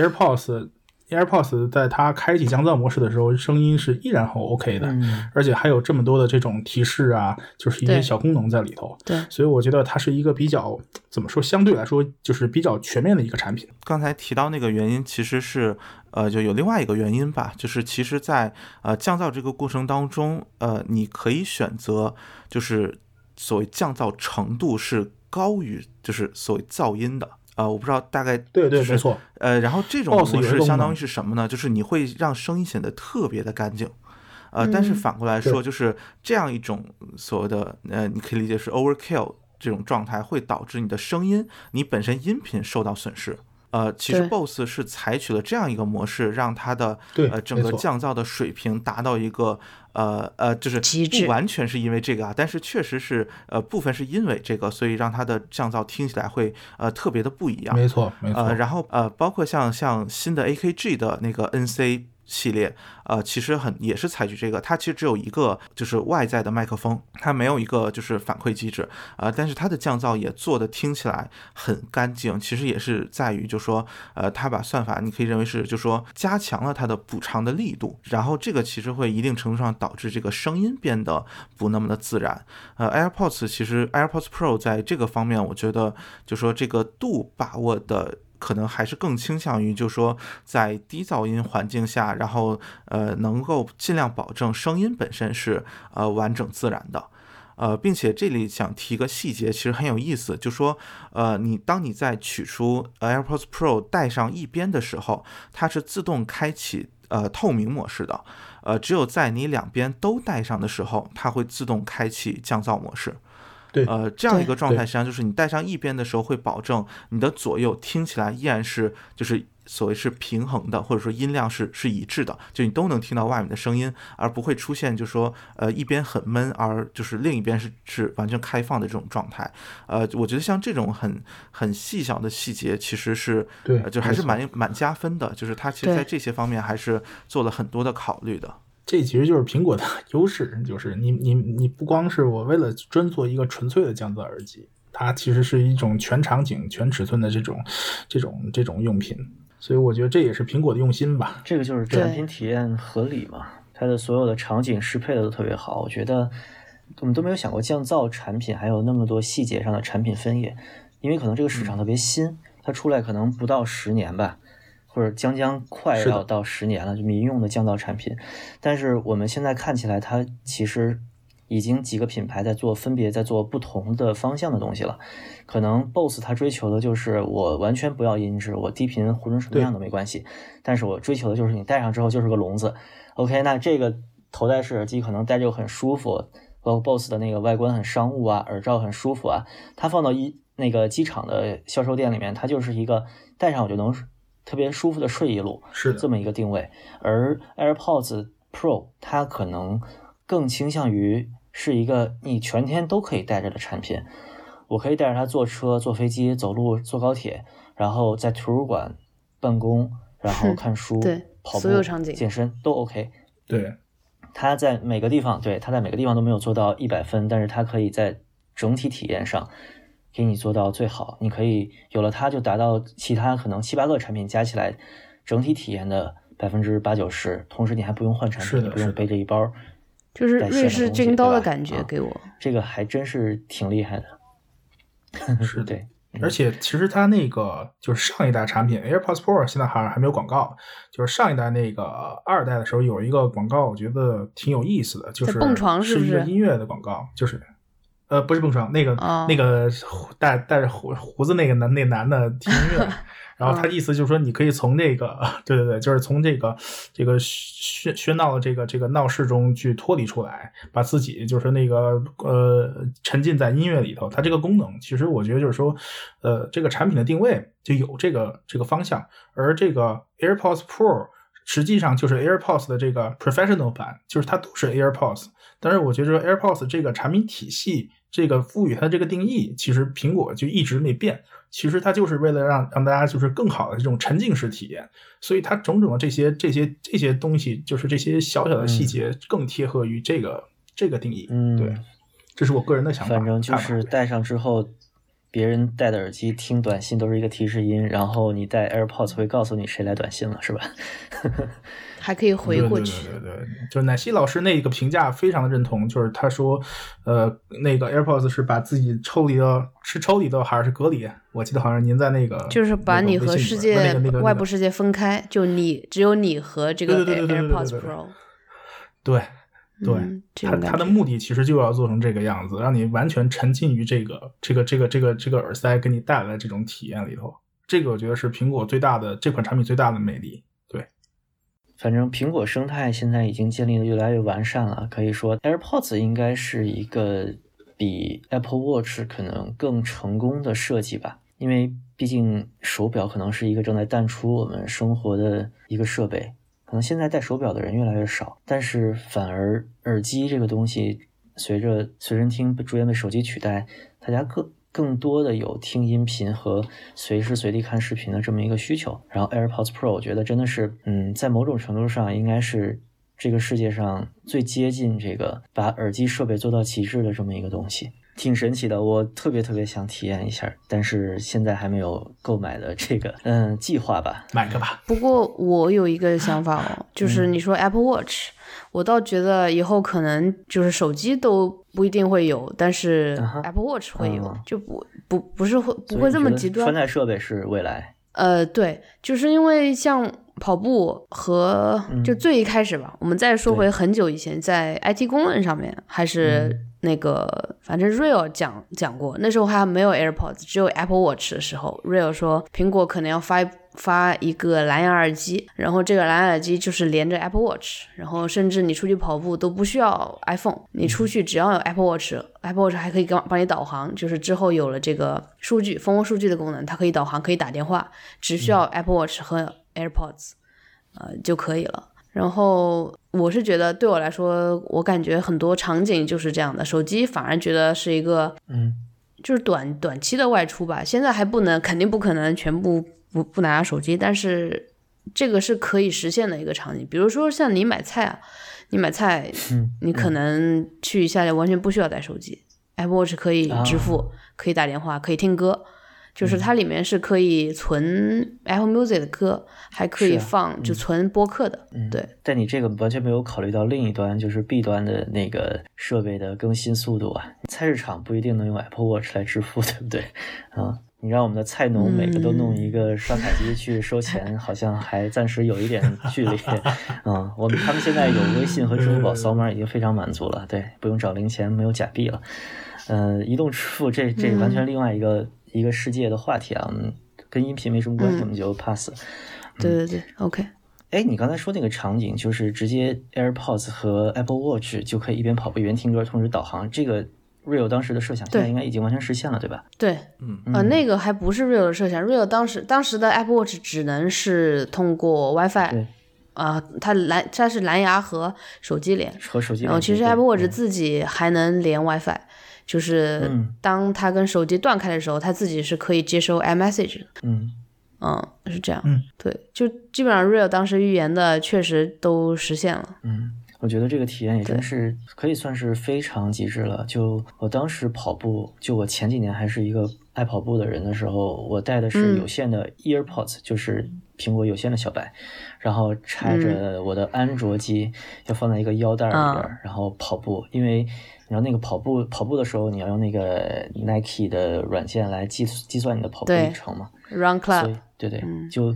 AirPods 在它开启降噪模式的时候，声音是依然很 OK 的，而且还有这么多的这种提示啊，就是一些小功能在里头。 对， 所以我觉得它是一个比较怎么说，相对来说就是比较全面的一个产品。 刚才提到那个原因，其实是就有另外一个原因吧，就是其实在降噪这个过程当中，你可以选择就是所谓降噪程度是高于就是所谓噪音的。我不知道大概对对，没错。 然后这种模式相当于是什么呢？就是你会让声音显得特别的干净。但是反过来说，就是这样一种所谓的你可以理解是 overkill 这种状态，会导致你的声音，你本身音频受到损失。其实 BOSS 是采取了这样一个模式，让它的整个降噪的水平达到一个就是不完全是因为这个啊，但是确实是部分是因为这个，所以让它的降噪听起来会特别的不一样。 没错没错。 然后包括像新的 AKG 的那个 NC 系列，其实也是采取这个，它其实只有一个就是外在的麦克风，它没有一个就是反馈机制，但是它的降噪也做的听起来很干净，其实也是在于就说它把算法你可以认为是就说加强了它的补偿的力度，然后这个其实会一定程度上导致这个声音变得不那么的自然。AirPods 其实 AirPods Pro 在这个方面，我觉得就说这个度把握的可能还是更倾向于就是说在低噪音环境下，然后能够尽量保证声音本身是完整自然的。并且这里想提一个细节，其实很有意思，就说当你在取出 AirPods Pro 戴上一边的时候，它是自动开启透明模式的，只有在你两边都戴上的时候，它会自动开启降噪模式。 对， 这样一个状态实际上就是你戴上一边的时候，会保证你的左右听起来依然是就是所谓是平衡的，或者说音量是一致的，就你都能听到外面的声音，而不会出现就是说一边很闷，而就是另一边是完全开放的这种状态。我觉得像这种很细小的细节，其实是就还是蛮加分的，就是它其实在这些方面还是做了很多的考虑的。 这其实就是苹果的优势，就是你不光是我为了专做一个纯粹的降噪耳机，它其实是一种全场景、全尺寸的这种用品，所以我觉得这也是苹果的用心吧。 这个就是产品体验合理嘛，它的所有的场景适配的都特别好。我觉得我们都没有想过降噪产品还有那么多细节上的产品分野，因为可能这个市场特别新，它出来可能不到10年吧。或者将快要到10年了，就民用的降噪产品，但是我们现在看起来，它其实已经几个品牌分别在做不同的方向的东西了。可能 BOSS 它追求的就是我完全不要音质，我低频浑成什么样都没关系，但是我追求的就是你戴上之后就是个聋子。OK， 那这个头戴式耳机可能戴着很舒服，包括 BOSS 的那个外观很商务啊，耳罩很舒服啊，它放到那个机场的销售店里面，它就是一个戴上我就能特别舒服的睡一路， 是这么一个定位。而 AirPods Pro 它可能更倾向于是一个你全天都可以带着的产品，我可以带着它坐车、坐飞机、走路、坐高铁，然后在图书馆办公，然后看书、 对， 跑步、 所有场景、 健身都 OK。 对， 它在每个地方都没有做到100分，但是它可以在整体体验上给你做到最好。你可以有了它就达到其他可能7-8个产品加起来整体体验的80%-90%，同时你还不用换产品，你不用背着一包就是瑞士军刀的感觉给我， 这个还真是挺厉害的。 是对， 而且其实它那个就是上一代产品 AirPods Pro 现在好像还没有广告，就是上一代那个2代的时候有一个广告，我觉得挺有意思的，就是蹦床是不是？ 是一个音乐的广告，就是不是蹦床，那个带着胡子那个男的听音乐。然后他意思就是说，你可以从这个，对，就是从这个喧闹的这个闹市中去脱离出来，把自己就是那个沉浸在音乐里头。它这个功能，其实我觉得就是说，这个产品的定位就有这个方向，而这个 AirPods Pro 实际上就是 AirPods 的这个 Professional 版，就是它都是 AirPods。但是我觉得 AirPods 这个产品体系，这个赋予它这个定义，其实苹果就一直没变。其实它就是为了让大家就是更好的这种沉浸式体验，所以它种种的这些东西，就是这些小小的细节更贴合于这个定义。对，这是我个人的想法。 反正就是戴上之后，别人戴的耳机听短信都是一个提示音，然后你戴 AirPods 会告诉你谁来短信了，是吧？ 还可以回过去。 对，就乃希老师那个评价非常的认同，就是他说，那个 AirPods 是把自己抽离的还是隔离？我记得好像您在那个就是把你和世界、外部世界分开，就只有你和这个 AirPods Pro。 对，他的目的其实就要做成这个样子，让你完全沉浸于这个耳塞给你带来的这种体验里头。这个我觉得是苹果这款产品最大的魅力。对。 反正苹果生态现在已经建立的越来越完善了，可以说 AirPods 应该是一个比 Apple Watch 可能更成功的设计吧，因为毕竟手表可能是一个正在淡出我们生活的一个设备，可能现在戴手表的人越来越少，但是反而耳机这个东西随着随身听逐渐被手机取代，大家更多的有听音频和随时随地看视频的这么一个需求。然后 AirPods Pro 我觉得真的是在某种程度上应该是这个世界上最接近这个把耳机设备做到极致的这么一个东西，挺神奇的，我特别想体验一下，但是现在还没有购买的这个计划吧， 买个吧。 不过我有一个想法哦，就是你说 Apple Watch，我倒觉得以后可能就是手机都不一定会有，但是 Apple Watch 会有，就不会这么极端。 穿戴设备是未来。 对，就是因为像跑步和就最一开始吧，我们再说回很久以前，在 IT 公论上面还是那个反正 Real 讲过，那时候还没有 AirPods， 只有 Apple Watch 的时候， Real 说苹果可能要发一个蓝牙耳机，然后这个蓝牙耳机就是连着 Apple Watch， 然后甚至你出去跑步都不需要 iPhone， 你出去只要有 Apple Watch 还可以帮你导航，就是之后有了这个蜂窝数据的功能，它可以导航，可以打电话，只需要 Apple Watch 和 AirPods就可以了。然后我是觉得对我来说，我感觉很多场景就是这样的，手机反而觉得是一个就是短期的外出吧，现在还肯定不可能全部不拿手机，但是这个是可以实现的一个场景。比如说像你买菜你可能去一下完全不需要带手机， Apple Watch 可以支付，可以打电话，可以听歌，就是它里面是可以存 Apple Music 的歌，还可以放就存播客的。对。 但你这个完全没有考虑到另一端，就是 B 端的那个设备的更新速度啊，菜市场不一定能用 Apple Watch 来支付，对不对你让我们的菜农每个都弄一个刷卡机去收钱，好像还暂时有一点距离他们现在有微信和支付宝扫码已经非常满足了，对，不用找零钱，没有假币了。移动支付这完全另外一个世界的话题啊，跟音频没什么关系，我们就 pass。 对 OK。 你刚才说那个场景，就是直接 AirPods 和 Apple Watch 就可以一边跑步一边听歌，同时导航，这个 Real 当时的设想现在应该已经完全实现了，对吧？ 对，那个还不是 Real 的设想， Real 当时的 Apple Watch 只能是通过 WiFi， 它是蓝牙和手机连，然后其实 Apple Watch 自己还能连 WiFi， 就是当它跟手机断开的时候，它自己是可以接收 iMessage 的。是这样。对，就基本上 Real 当时预言的确实都实现了。 我觉得这个体验也真是可以算是非常极致了。就我当时跑步，就我前几年还是一个爱跑步的人的时候，我带的是有线的 EarPods，就是苹果有线的小白，然后插着我的安卓机，要放在一个腰带里边，然后跑步。因为你要那个跑步的时候，你要用那个 Nike 的软件来计算你的跑步里程嘛。 Run Club。 对，就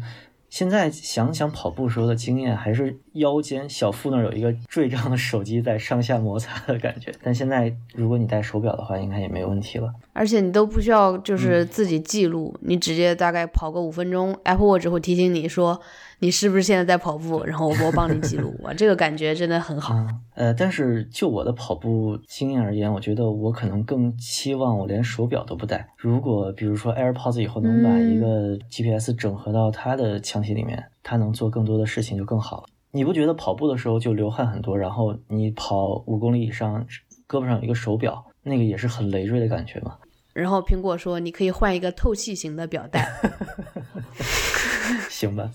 现在想想跑步时候的经验，还是腰间小腹那儿有一个坠胀的手机在上下摩擦的感觉。但现在如果你戴手表的话，应该也没问题了。 而且你都不需要就是自己记录，你直接大概跑个5分钟 ，Apple Watch 会提醒你说你是不是现在在跑步，然后我帮你记录。哇，这个感觉真的很好。 但是就我的跑步经验而言，我觉得我可能更期望我连手表都不戴。如果比如说 AirPods 以后能把一个 GPS 整合到它的腔体里面，它能做更多的事情就更好了。你不觉得跑步的时候就流汗很多，然后你跑5公里以上，胳膊上有一个手表，那个也是很累赘的感觉吗？ 然后苹果说你可以换一个透气型的表带。 行吧。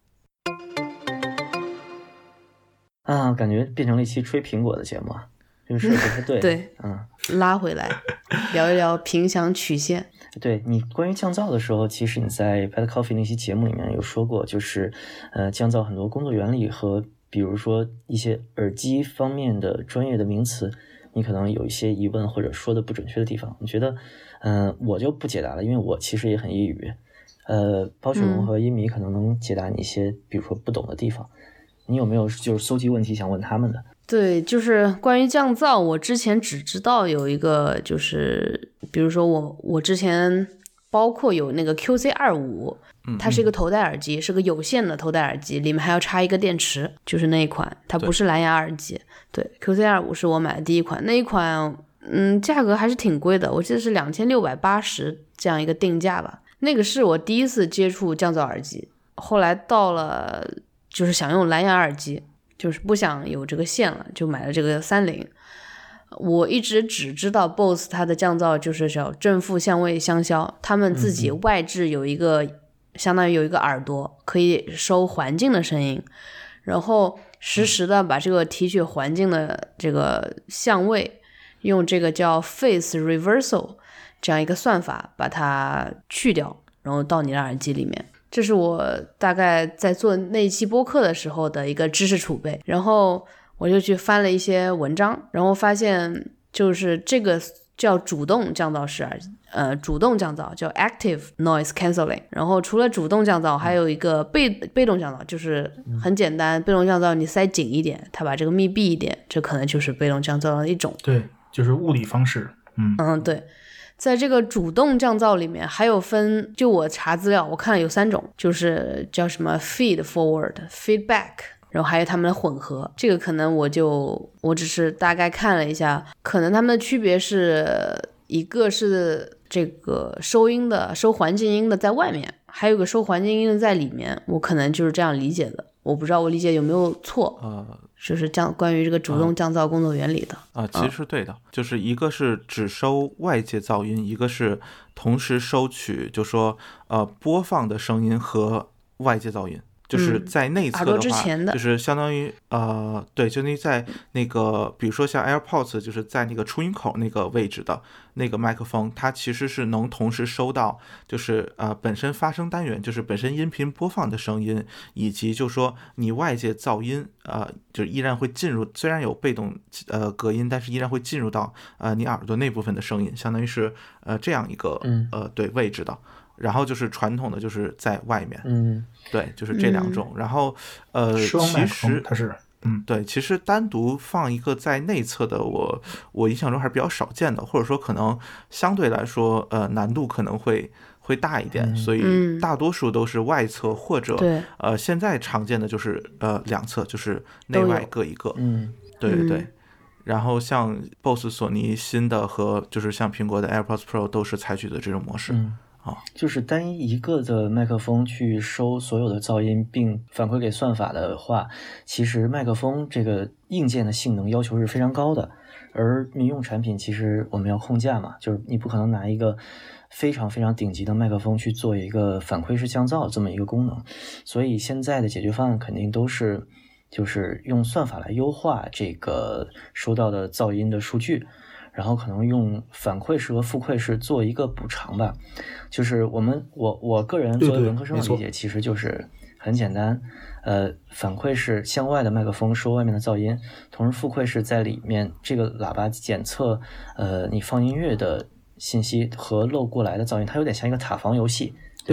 感觉变成了一期吹苹果的节目啊，这个事不太对。 对，拉回来聊一聊频响曲线。 对，你关于降噪的时候，其实你在 Bad Coffee 那期节目里面有说过，就是降噪很多工作原理和比如说一些耳机方面的专业的名词，你可能有一些疑问或者说的不准确的地方。我觉得我就不解答了，因为我其实也很业余。包雪龙和音迷可能能解答你一些比如说不懂的地方。你有没有就是搜集问题想问他们的？ 对，就是关于降噪，我之前只知道有一个，就是比如说我之前包括有那个 QC25，它是一个头戴耳机，是个有线的头戴耳机，里面还要插一个电池，就是那一款，它不是蓝牙耳机。对 ，QC25 是我买的第一款，那一款价格还是挺贵的，我记得是2680这样一个定价吧。那个是我第一次接触降噪耳机，后来到了就是想用蓝牙耳机，就是不想有这个线了，就买了这个30。我一直只知道 BOSS 它的降噪就是叫正负相位相消，他们自己外置有一个相当于有一个耳朵可以收环境的声音，然后实时的把这个提取环境的这个相位，用这个叫 Phase Reversal 这样一个算法把它去掉，然后到你的耳机里面。这是我大概在做那一期播客的时候的一个知识储备，然后我就去翻了一些文章，然后发现就是这个叫主动降噪式耳机，主动降噪叫 Active Noise Cancelling， 然后除了主动降噪，还有一个被动降噪，就是很简单，被动降噪你塞紧一点，它把这个密闭一点，这可能就是被动降噪的一种。 对，就是物理方式。 对。在这个主动降噪里面还有分，就我查资料我看了有3种，就是叫什么 feed forward feedback， 然后还有他们的混合，这个可能我只是大概看了一下，可能他们的区别是一个是这个收环境音的在外面，还有个收环境音的在里面，我可能就是这样理解的，我不知道我理解有没有错。就是关于这个主动降噪工作原理的其实是对的，就是一个是只收外界噪音，一个是同时收取就说播放的声音和外界噪音，就是在内侧的话，就是相当于对，就在那个比如说像 AirPods， 就是在那个出音口那个位置的那个麦克风，它其实是能同时收到就是本身发声单元，就是本身音频播放的声音，以及就说你外界噪音就依然会进入，虽然有被动隔音，但是依然会进入到你耳朵那部分的声音，相当于是这样一个对位置的。然后就是传统的就是在外面，对，就是这2种。然后其实它是对，其实单独放一个在内侧的，我印象中还是比较少见的，或者说可能相对来说难度可能会大一点，所以大多数都是外侧或者现在常见的就是2侧，就是内外各一个。对对对。然后像 BOSS 索尼新的和就是像苹果的 AirPods Pro 都是采取的这种模式。 就是单一个的麦克风去收所有的噪音并反馈给算法的话，其实麦克风这个硬件的性能要求是非常高的，而民用产品其实我们要控价嘛，就是你不可能拿一个非常非常顶级的麦克风去做一个反馈式降噪这么一个功能，所以现在的解决方案肯定都是就是用算法来优化这个收到的噪音的数据，然后可能用反馈式和复馈式做一个补偿吧。就是我个人作为文科生的理解，其实就是很简单，反馈式向外的麦克风收外面的噪音，同时复馈式在里面这个喇叭检测你放音乐的信息和漏过来的噪音，它有点像一个塔防游戏。对，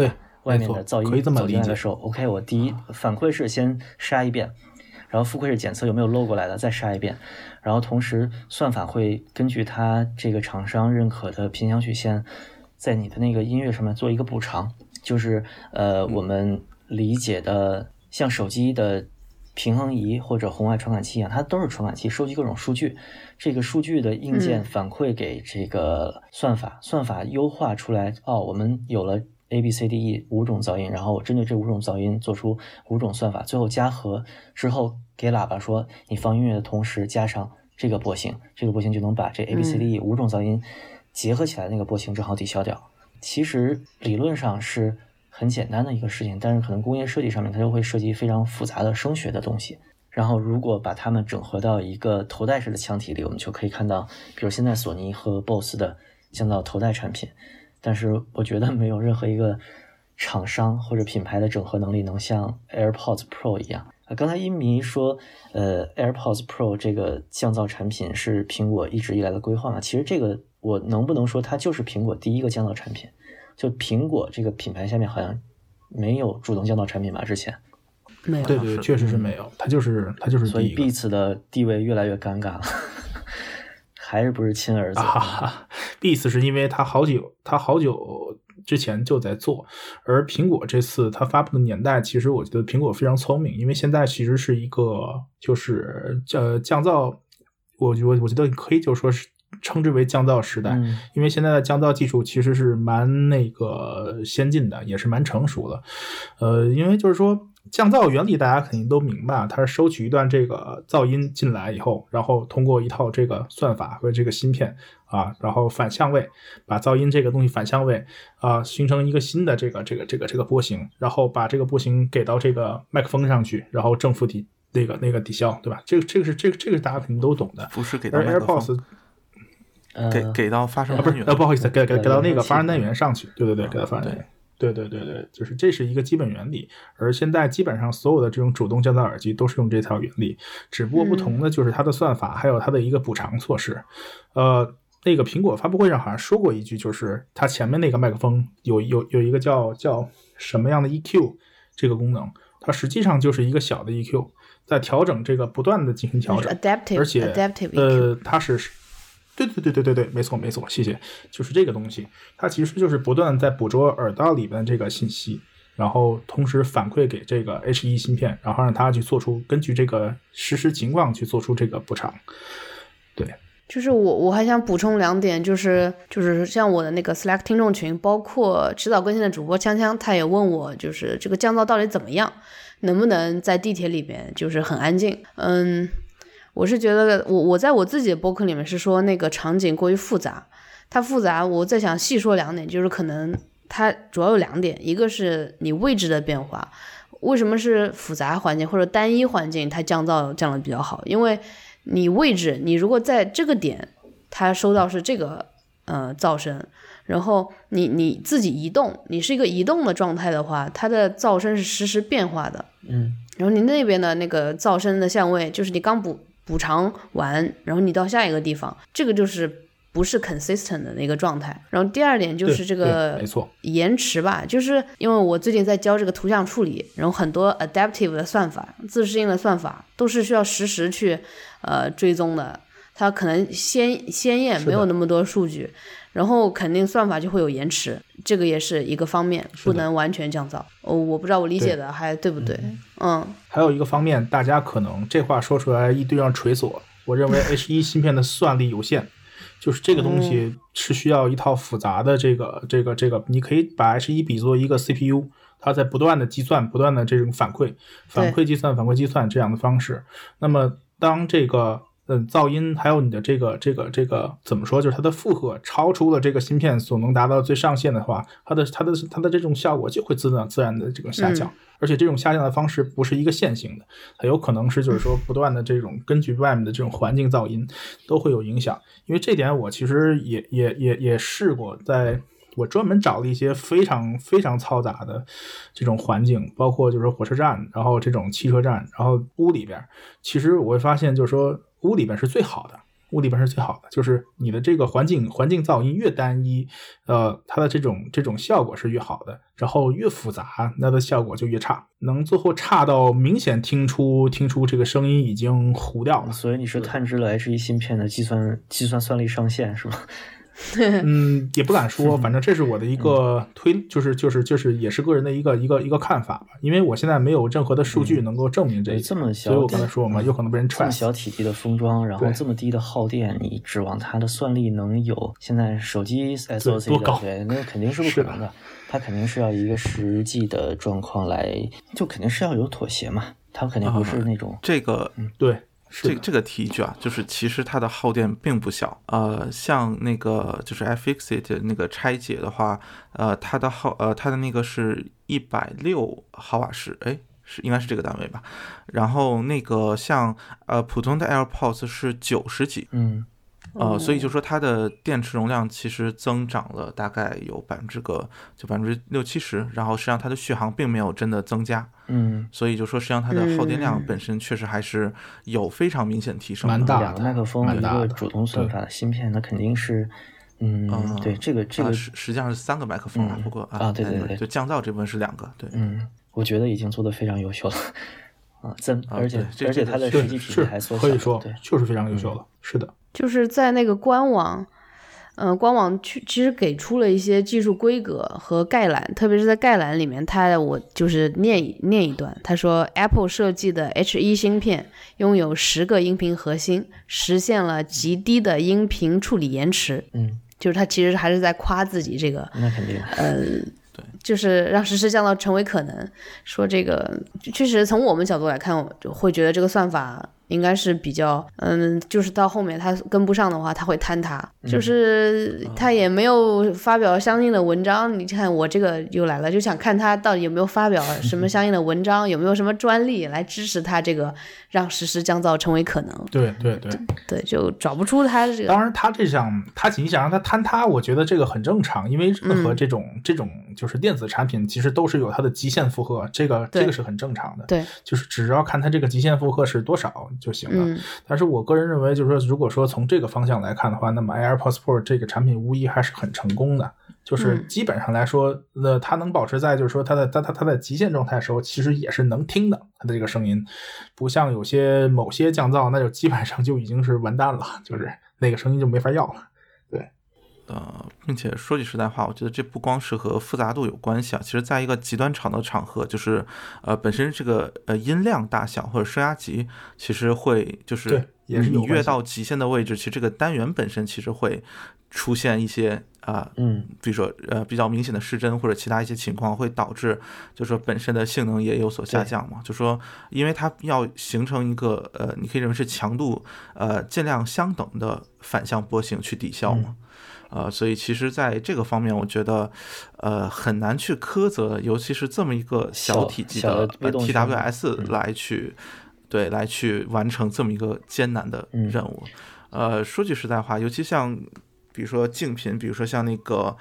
外面的噪音走进来的时候 OK， 我第一反馈是先杀一遍，然后复馈是检测有没有漏过来的，再杀一遍，然后同时算法会根据它这个厂商认可的频响曲线，在你的那个音乐上面做一个补偿，就是我们理解的像手机的平衡仪或者红外传感器一样，它都是传感器，收集各种数据，这个数据的硬件反馈给这个算法，算法优化出来，我们有了ABCDE 5种噪音，然后我针对这5种噪音做出5种算法，最后加和之后给喇叭说你放音乐的同时加上这个波形，这个波形就能把这 ABCDE 5种噪音结合起来，那个波形正好抵消掉。其实理论上是很简单的一个事情，但是可能工业设计上面它就会涉及非常复杂的声学的东西，然后如果把它们整合到一个头戴式的腔体里，我们就可以看到比如现在索尼和 BOSS 的降噪头戴产品，但是我觉得没有任何一个厂商或者品牌的整合能力能像 AirPods Pro 一样。刚才一迷说AirPods Pro 这个降噪产品是苹果一直以来的规划嘛，其实这个我能不能说它就是苹果第一个降噪产品，就苹果这个品牌下面好像没有主动降噪产品吧，之前没有，对，确实是没有，它就是第一个， 所以 Beats 的地位越来越尴尬了还是不是亲儿子 Beats 是因为它好久之前就在做，而苹果这次它发布的年代，其实我觉得苹果非常聪明，因为现在其实是一个就是降噪，我觉得可以就说是称之为降噪时代，因为现在的降噪技术其实是蛮那个先进的，也是蛮成熟的。因为就是说降噪原理大家肯定都明白，它是收取一段这个噪音进来以后，然后通过一套这个算法和这个芯片然后反向位，把噪音这个东西反向位形成一个新的这个波形，然后把这个波形给到这个麦克风上去，然后正负抵那个抵消，对吧？这个是大家肯定都懂的。 不是给到麦克风，给到发声单元， 不好意思，给到那个发声单元上去，对，给到发声单元。对，就是这是一个基本原理，而现在基本上所有的这种主动降噪耳机都是用这套原理，只不过不同的就是它的算法还有它的一个补偿措施。那个苹果发布会上好像说过一句，就是它前面那个麦克风有一个叫什么样的 EQ 这个功能，它实际上就是一个小的 EQ， 在调整这个不断的进行调整，而且它是对，没错，谢谢，就是这个东西，它其实就是不断在捕捉耳道里边这个信息，然后同时反馈给这个 H1 芯片，然后让它去做出根据这个实时情况去做出这个补偿。对， 就是我还想补充2点，就是像我的那个 Slack 听众群，包括迟早更新的主播锵锵，他也问我，就是这个降噪到底怎么样，能不能在地铁里边就是很安静。我是觉得我在我自己的播客里面是说那个场景过于复杂，它复杂，我再想细说2点，就是可能它主要有2点，一个是你位置的变化，为什么是复杂环境或者单一环境它降噪降得比较好，因为你位置，你如果在这个点它收到是这个噪声，然后你自己移动，你是一个移动的状态的话，它的噪声是实时变化的，然后你那边的那个噪声的相位就是你刚补偿完，然后你到下一个地方，这个就是不是 consistent 的那个状态。然后第2点就是这个延迟吧，就是因为我最近在教这个图像处理，然后很多 adaptive 的算法，自适应的算法都是需要实时去追踪的，它可能先验没有那么多数据，然后肯定算法就会有延迟，这个也是一个方面，不能完全降噪。我不知道我理解的还对不对。 还有一个方面，大家可能这话说出来一堆让锤锁，我认为 H1 芯片的算力有限，就是这个东西是需要一套复杂的这个，你可以把 H1 比作一个 CPU， 它在不断的计算，不断的这种反馈计算这样的方式。那么当这个噪音还有你的这个怎么说，就是它的负荷超出了这个芯片所能达到最上限的话，它的这种效果就会自然的这种下降，而且这种下降的方式不是一个线性的，它有可能是就是说不断的这种根据外面的这种环境噪音都会有影响。因为这点我其实也试过，在我专门找了一些非常非常嘈杂的这种环境，包括就是火车站，然后这种汽车站，然后屋里边，其实我会发现就是说屋里边是最好的， 物理本是最好的，就是你的这个环境噪音越单一，它的这种效果是越好的，然后越复杂，那的效果就越差，能最后差到明显听出这个声音已经糊掉了。 所以你是探知了 H1 芯片的计算算力上限是吗？ 也不敢说，反正这是我的一个就是也是个人的一个看法吧，因为我现在没有任何的数据能够证明这一点， 这么小， 所以我刚才说嘛，有可能被人踹。 这么小体积的封装，然后这么低的耗电，你指望它的算力能有现在手机 SoC 多高？ 对，那肯定是不可能的。它肯定是要一个实际的状况来，就肯定是要有妥协嘛。它肯定不是那种这个对。 这个提一句啊，就是其实它的耗电并不小，像那个就是 iFixit 那个拆解的话，它的那个是160毫瓦时，应该是这个单位吧。然后那个像普通的 AirPods 是90几，所以就说它的电池容量其实增长了大概有60-70%，然后实际上它的续航并没有真的增加，所以就说实际上它的耗电量本身确实还是有非常明显提升的。 蛮大的， 两个麦克风一个主动算法的芯片，那肯定是，对，这个实际上是3个麦克风了，不过对， 就降噪这部分是2个，对， 我觉得已经做得非常优秀了。而且它的实际体积还缩小， 可以说就是非常优秀了，是的。 就是在那个官网其实给出了一些技术规格和概览，特别是在概览里面，我就是念一段，他说 Apple 设计的 H1 芯片拥有10个音频核心，实现了极低的音频处理延迟。就是他其实还是在夸自己这个， 那肯定， 对， 就是让实时降噪成为可能。说这个确实从我们角度来看，我就会觉得这个算法应该是比较就是到后面他跟不上的话他会坍塌，就是他也没有发表相应的文章。你看我这个又来了，就想看他到底有没有发表什么相应的文章，有没有什么专利来支持他这个让实时降噪成为可能。对，就找不出他这个。 当然你想让他坍塌，我觉得这个很正常，因为任何这种就是电子产品其实都是有它的极限负荷，这个是很正常的。 对， 就是只要看它这个极限负荷是多少就行了。但是我个人认为，就是说，如果说从这个方向来看的话，那么 AirPods Pro 这个产品无疑还是很成功的。就是基本上来说，它能保持在就是说它的极限状态的时候，其实也是能听的，它的这个声音，不像某些降噪，那就基本上就已经是完蛋了，就是那个声音就没法要了。对。 并且说句实在话，我觉得这不光是和复杂度有关系啊，其实在一个极端吵的场合，就是本身这个音量大小或者声压级，其实会就是你越到极限的位置，其实这个单元本身其实会出现一些比如说比较明显的失真或者其他一些情况，会导致就是说本身的性能也有所下降嘛。就说因为它要形成一个你可以认为是强度尽量相等的反向波形去抵消嘛。所以其实在这个方面我觉得很难去苛责，尤其是这么一个小体积的TWS 来去完成这么一个艰难的任务。说句实在话，尤其像比如说竞品，比如说像那个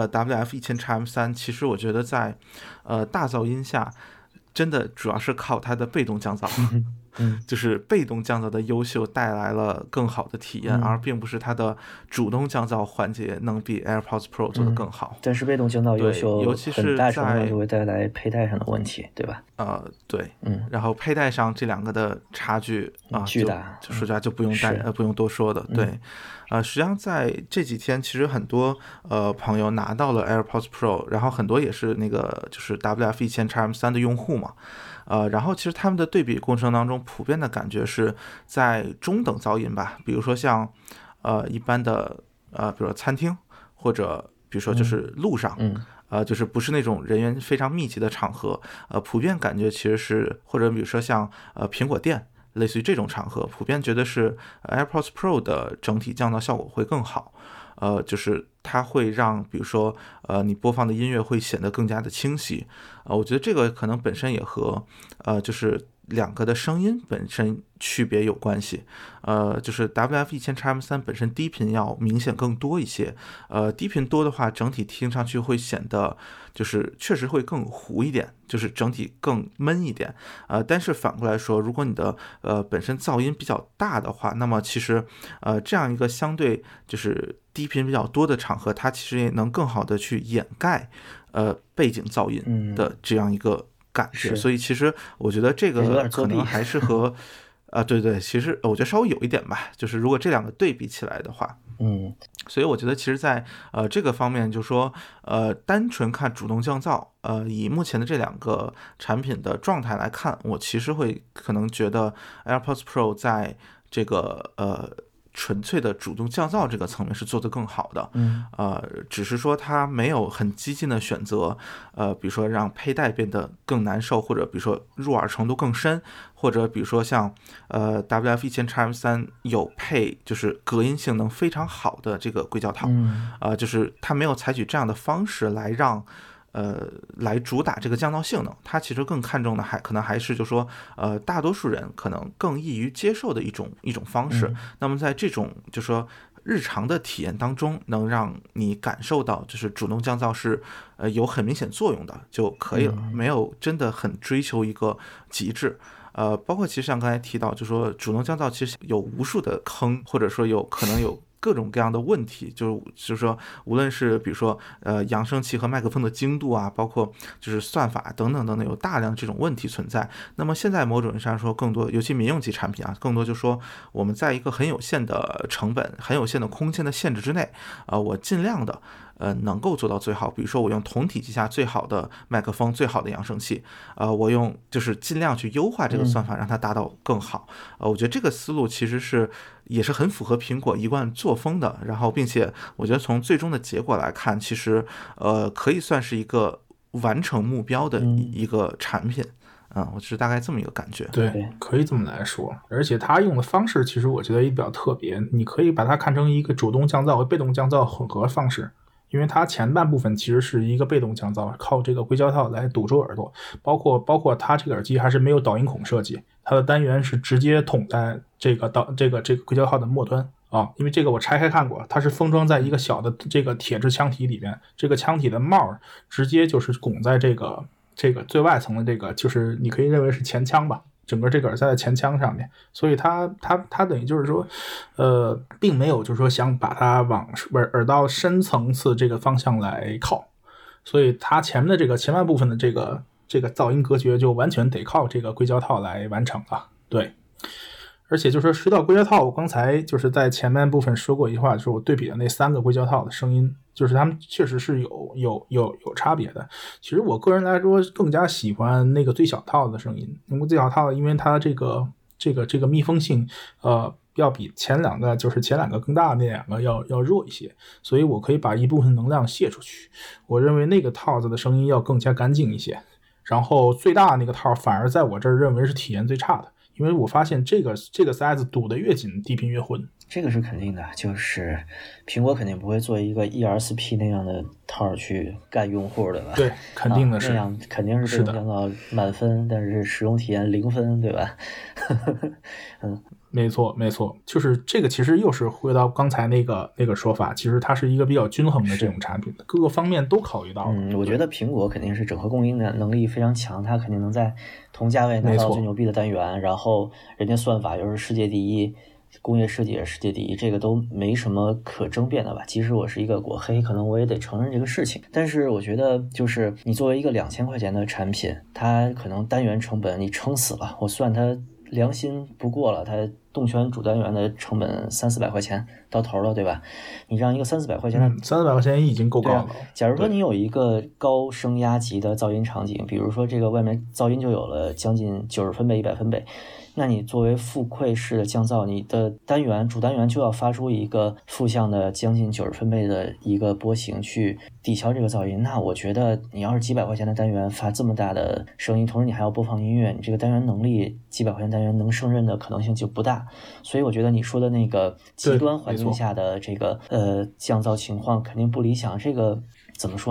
WF-1000XM3，其实我觉得在大噪音下真的主要是靠它的被动降噪。就是被动降噪的优秀带来了更好的体验，而并不是它的主动降噪环节能比 AirPods Pro 做得更好。 但是被动降噪优秀， 尤其是很大程度上就会带来佩戴上的问题，对吧？ 对，然后佩戴上这两个的差距巨大， 就说实话就不用多说的，对。实际上在这几天，其实很多朋友拿到了 AirPods Pro， 然后很多也是那个就是 WF-1000XM3 的用户嘛。然后其实他们的对比过程当中，普遍的感觉是在中等噪音吧，比如说像一般的比如说餐厅，或者比如说就是路上，就是不是那种人员非常密集的场合，普遍感觉其实是，或者比如说像苹果店，类似于这种场合，普遍觉得是 AirPods Pro 的整体降噪效果会更好。就是它会让比如说你播放的音乐会显得更加的清晰。我觉得这个可能本身也和就是两个的声音本身区别有关系。就是 WF-1000XM3 本身低频要明显更多一些，低频多的话，整体听上去会显得就是确实会更糊一点，就是整体更闷一点。但是反过来说，如果你的本身噪音比较大的话，那么其实这样一个相对就是低频比较多的场合，它其实也能更好的去掩盖背景噪音的这样一个感觉。所以其实我觉得这个可能还是和对，其实我觉得稍微有一点吧，就是如果这两个对比起来的话，所以我觉得其实在这个方面，就是说单纯看主动降噪，以目前的这两个产品的状态来看，我其实会可能觉得 AirPods Pro 在这个纯粹的主动降噪这个层面是做得更好的，只是说它没有很激进的选择，比如说让佩戴变得更难受，或者比如说入耳程度更深，或者比如说像WF-1000XM3 有配就是隔音性能非常好的这个硅胶套，就是它没有采取这样的方式来让来主打这个降噪性能，它其实更看重的可能还是就说大多数人可能更易于接受的一种方式。那么在这种就说日常的体验当中，能让你感受到就是主动降噪是有很明显作用的就可以了，没有真的很追求一个极致。包括其实像刚才提到，就说主动降噪其实有无数的坑，或者说可能有各种各样的问题，就是说无论是比如说扬声器和麦克风的精度啊，包括就是算法等等等等，有大量这种问题存在。那么现在某种意义上说，更多尤其民用级产品啊，更多就是说我们在一个很有限的成本、很有限的空间的限制之内，我尽量的能够做到最好。比如说我用同体积下最好的麦克风、最好的扬声器，我用就是尽量去优化这个算法，让它达到更好。我觉得这个思路其实也是很符合苹果一贯作风的。然后并且我觉得从最终的结果来看，其实可以算是一个完成目标的一个产品。我是大概这么一个感觉。 对，可以这么来说。而且它用的方式其实我觉得也比较特别，你可以把它看成一个主动降噪和被动降噪混合方式。因为它前半部分其实是一个被动降噪，靠这个硅胶套来堵住耳朵，包括它这个耳机还是没有导音孔设计，它的单元是直接捅在这个硅胶套的末端啊。因为这个我拆开看过，它是封装在一个小的这个铁质腔体里边，这个腔体的帽直接就是拱在这个最外层的这个，就是你可以认为是前腔吧。整个这个耳塞在前腔上面，所以它等于就是说，并没有就是说想把它往耳道深层次这个方向来靠，所以它前面的这个前半部分的这个噪音隔绝就完全得靠这个硅胶套来完成了。对，而且就是说到硅胶套，我刚才就是在前面部分说过一句话，就是我对比的那3个硅胶套的声音，就是它们确实是有差别的。其实我个人来说更加喜欢那个最小套的声音，因为最小套因为它这个密封性要比前两个更大的那两个要弱一些，所以我可以把一部分能量泄出去。我认为那个套子的声音要更加干净一些，然后最大那个套反而在我这儿认为是体验最差的。因为我发现这个 size 堵得越紧，低频越混。 这个是肯定的，就是苹果肯定不会做一个 ERSP 那样的套去干用户的吧？ 对，肯定的是， 那样肯定是被动降噪满分，但是使用体验0分，对吧？ 没错，就是这个其实又是回到刚才那个说法，其实它是一个比较均衡的这种产品，各个方面都考虑到了。 我觉得苹果肯定是整合供应的能力非常强，它肯定能在同价位拿到最牛逼的单元，然后人家算法又是世界第一，工业设计也是世界第一，这个都没什么可争辩的吧。即使我是一个果黑，可能我也得承认这个事情。但是我觉得就是你作为一个2000块钱的产品，它可能单元成本你撑死了，我算它良心不过了，它动圈主单元的成本300-400块钱到头了，对吧？你让一个300-400块钱的 300块钱已经够高了。 假如说你有一个高声压级的噪音场景，比如说这个外面噪音就有了将近90分贝、100分贝，那你作为复馈式的降噪，你的主单元就要发出一个负向的将近90分贝的一个波形去抵消这个噪音。那我觉得你要是几百块钱的单元发这么大的声音，同时你还要播放音乐，你这个单元能力几百块钱单元能胜任的可能性就不大。所以我觉得你说的那个极端环境下的这个降噪情况肯定不理想。这个怎么说呢？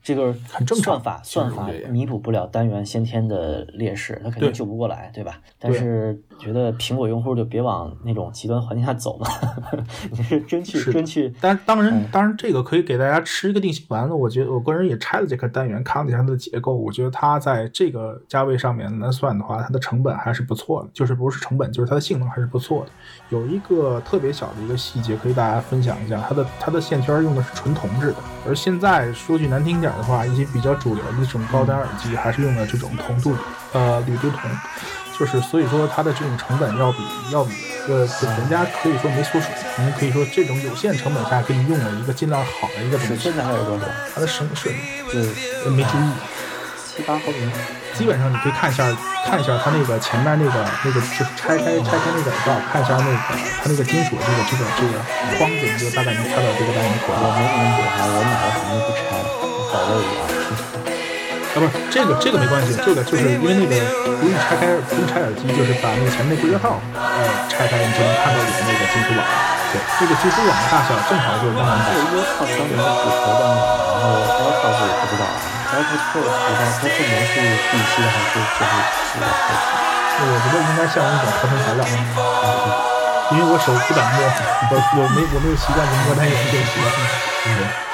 这个很正常， 算法弥补不了单元先天的劣势，它肯定救不过来，对吧？但是觉得苹果用户就别往那种极端环境下走嘛，你是争取。 但当然这个可以给大家吃一个定心丸子。我觉得我个人也拆了这颗单元，看了一下它的结构，我觉得它在这个价位上面来算的话，它的成本还是不错的，就是不是成本，就是它的性能还是不错的。有一个特别小的一个细节可以大家分享一下，它的线圈用的是纯铜制的，而现在说句难听点的话，一些比较主流的这种高端耳机还是用的这种铜镀铝镀铜，就是所以说它的这种成本要比人家可以说没缩水，我们可以说这种有限成本下给你用了一个尽量好的一个东西。 现在还有多少？ 它的声就没注意 7-8毫米。 基本上你可以看一下它那个前面那个就是拆开那个耳罩，看一下它那个金属的这个框子，你就大概能猜到这个单元口我没那么厉害，我买了肯定不拆，保留一下。 不是这个没关系，这个就是因为那个不用拆耳机，就是把那个前面那规约号拆开，你就能看到里面那个金属网。对，这个金属网的大小正好就是刚刚这个约号当年是骨头的，然后 AirPods 也不知道啊。AirPods Pro 不知道它这模是第一期的还是最后一期的？ 我觉得应该像一种合成材料，因为我手不敢摸，我没有习惯摸单元这个习惯。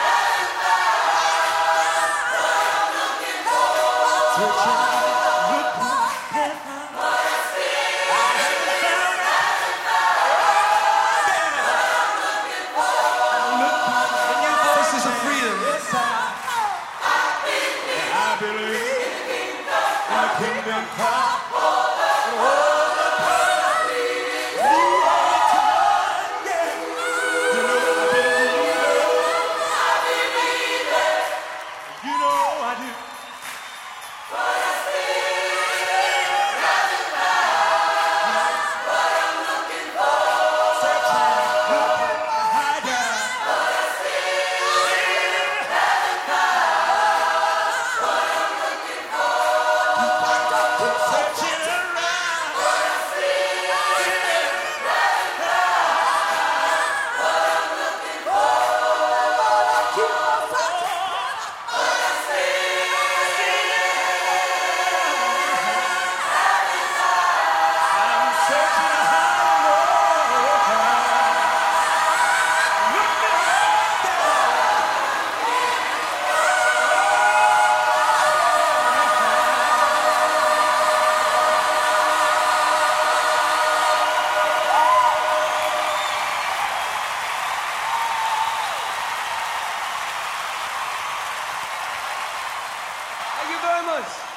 Thank you very much.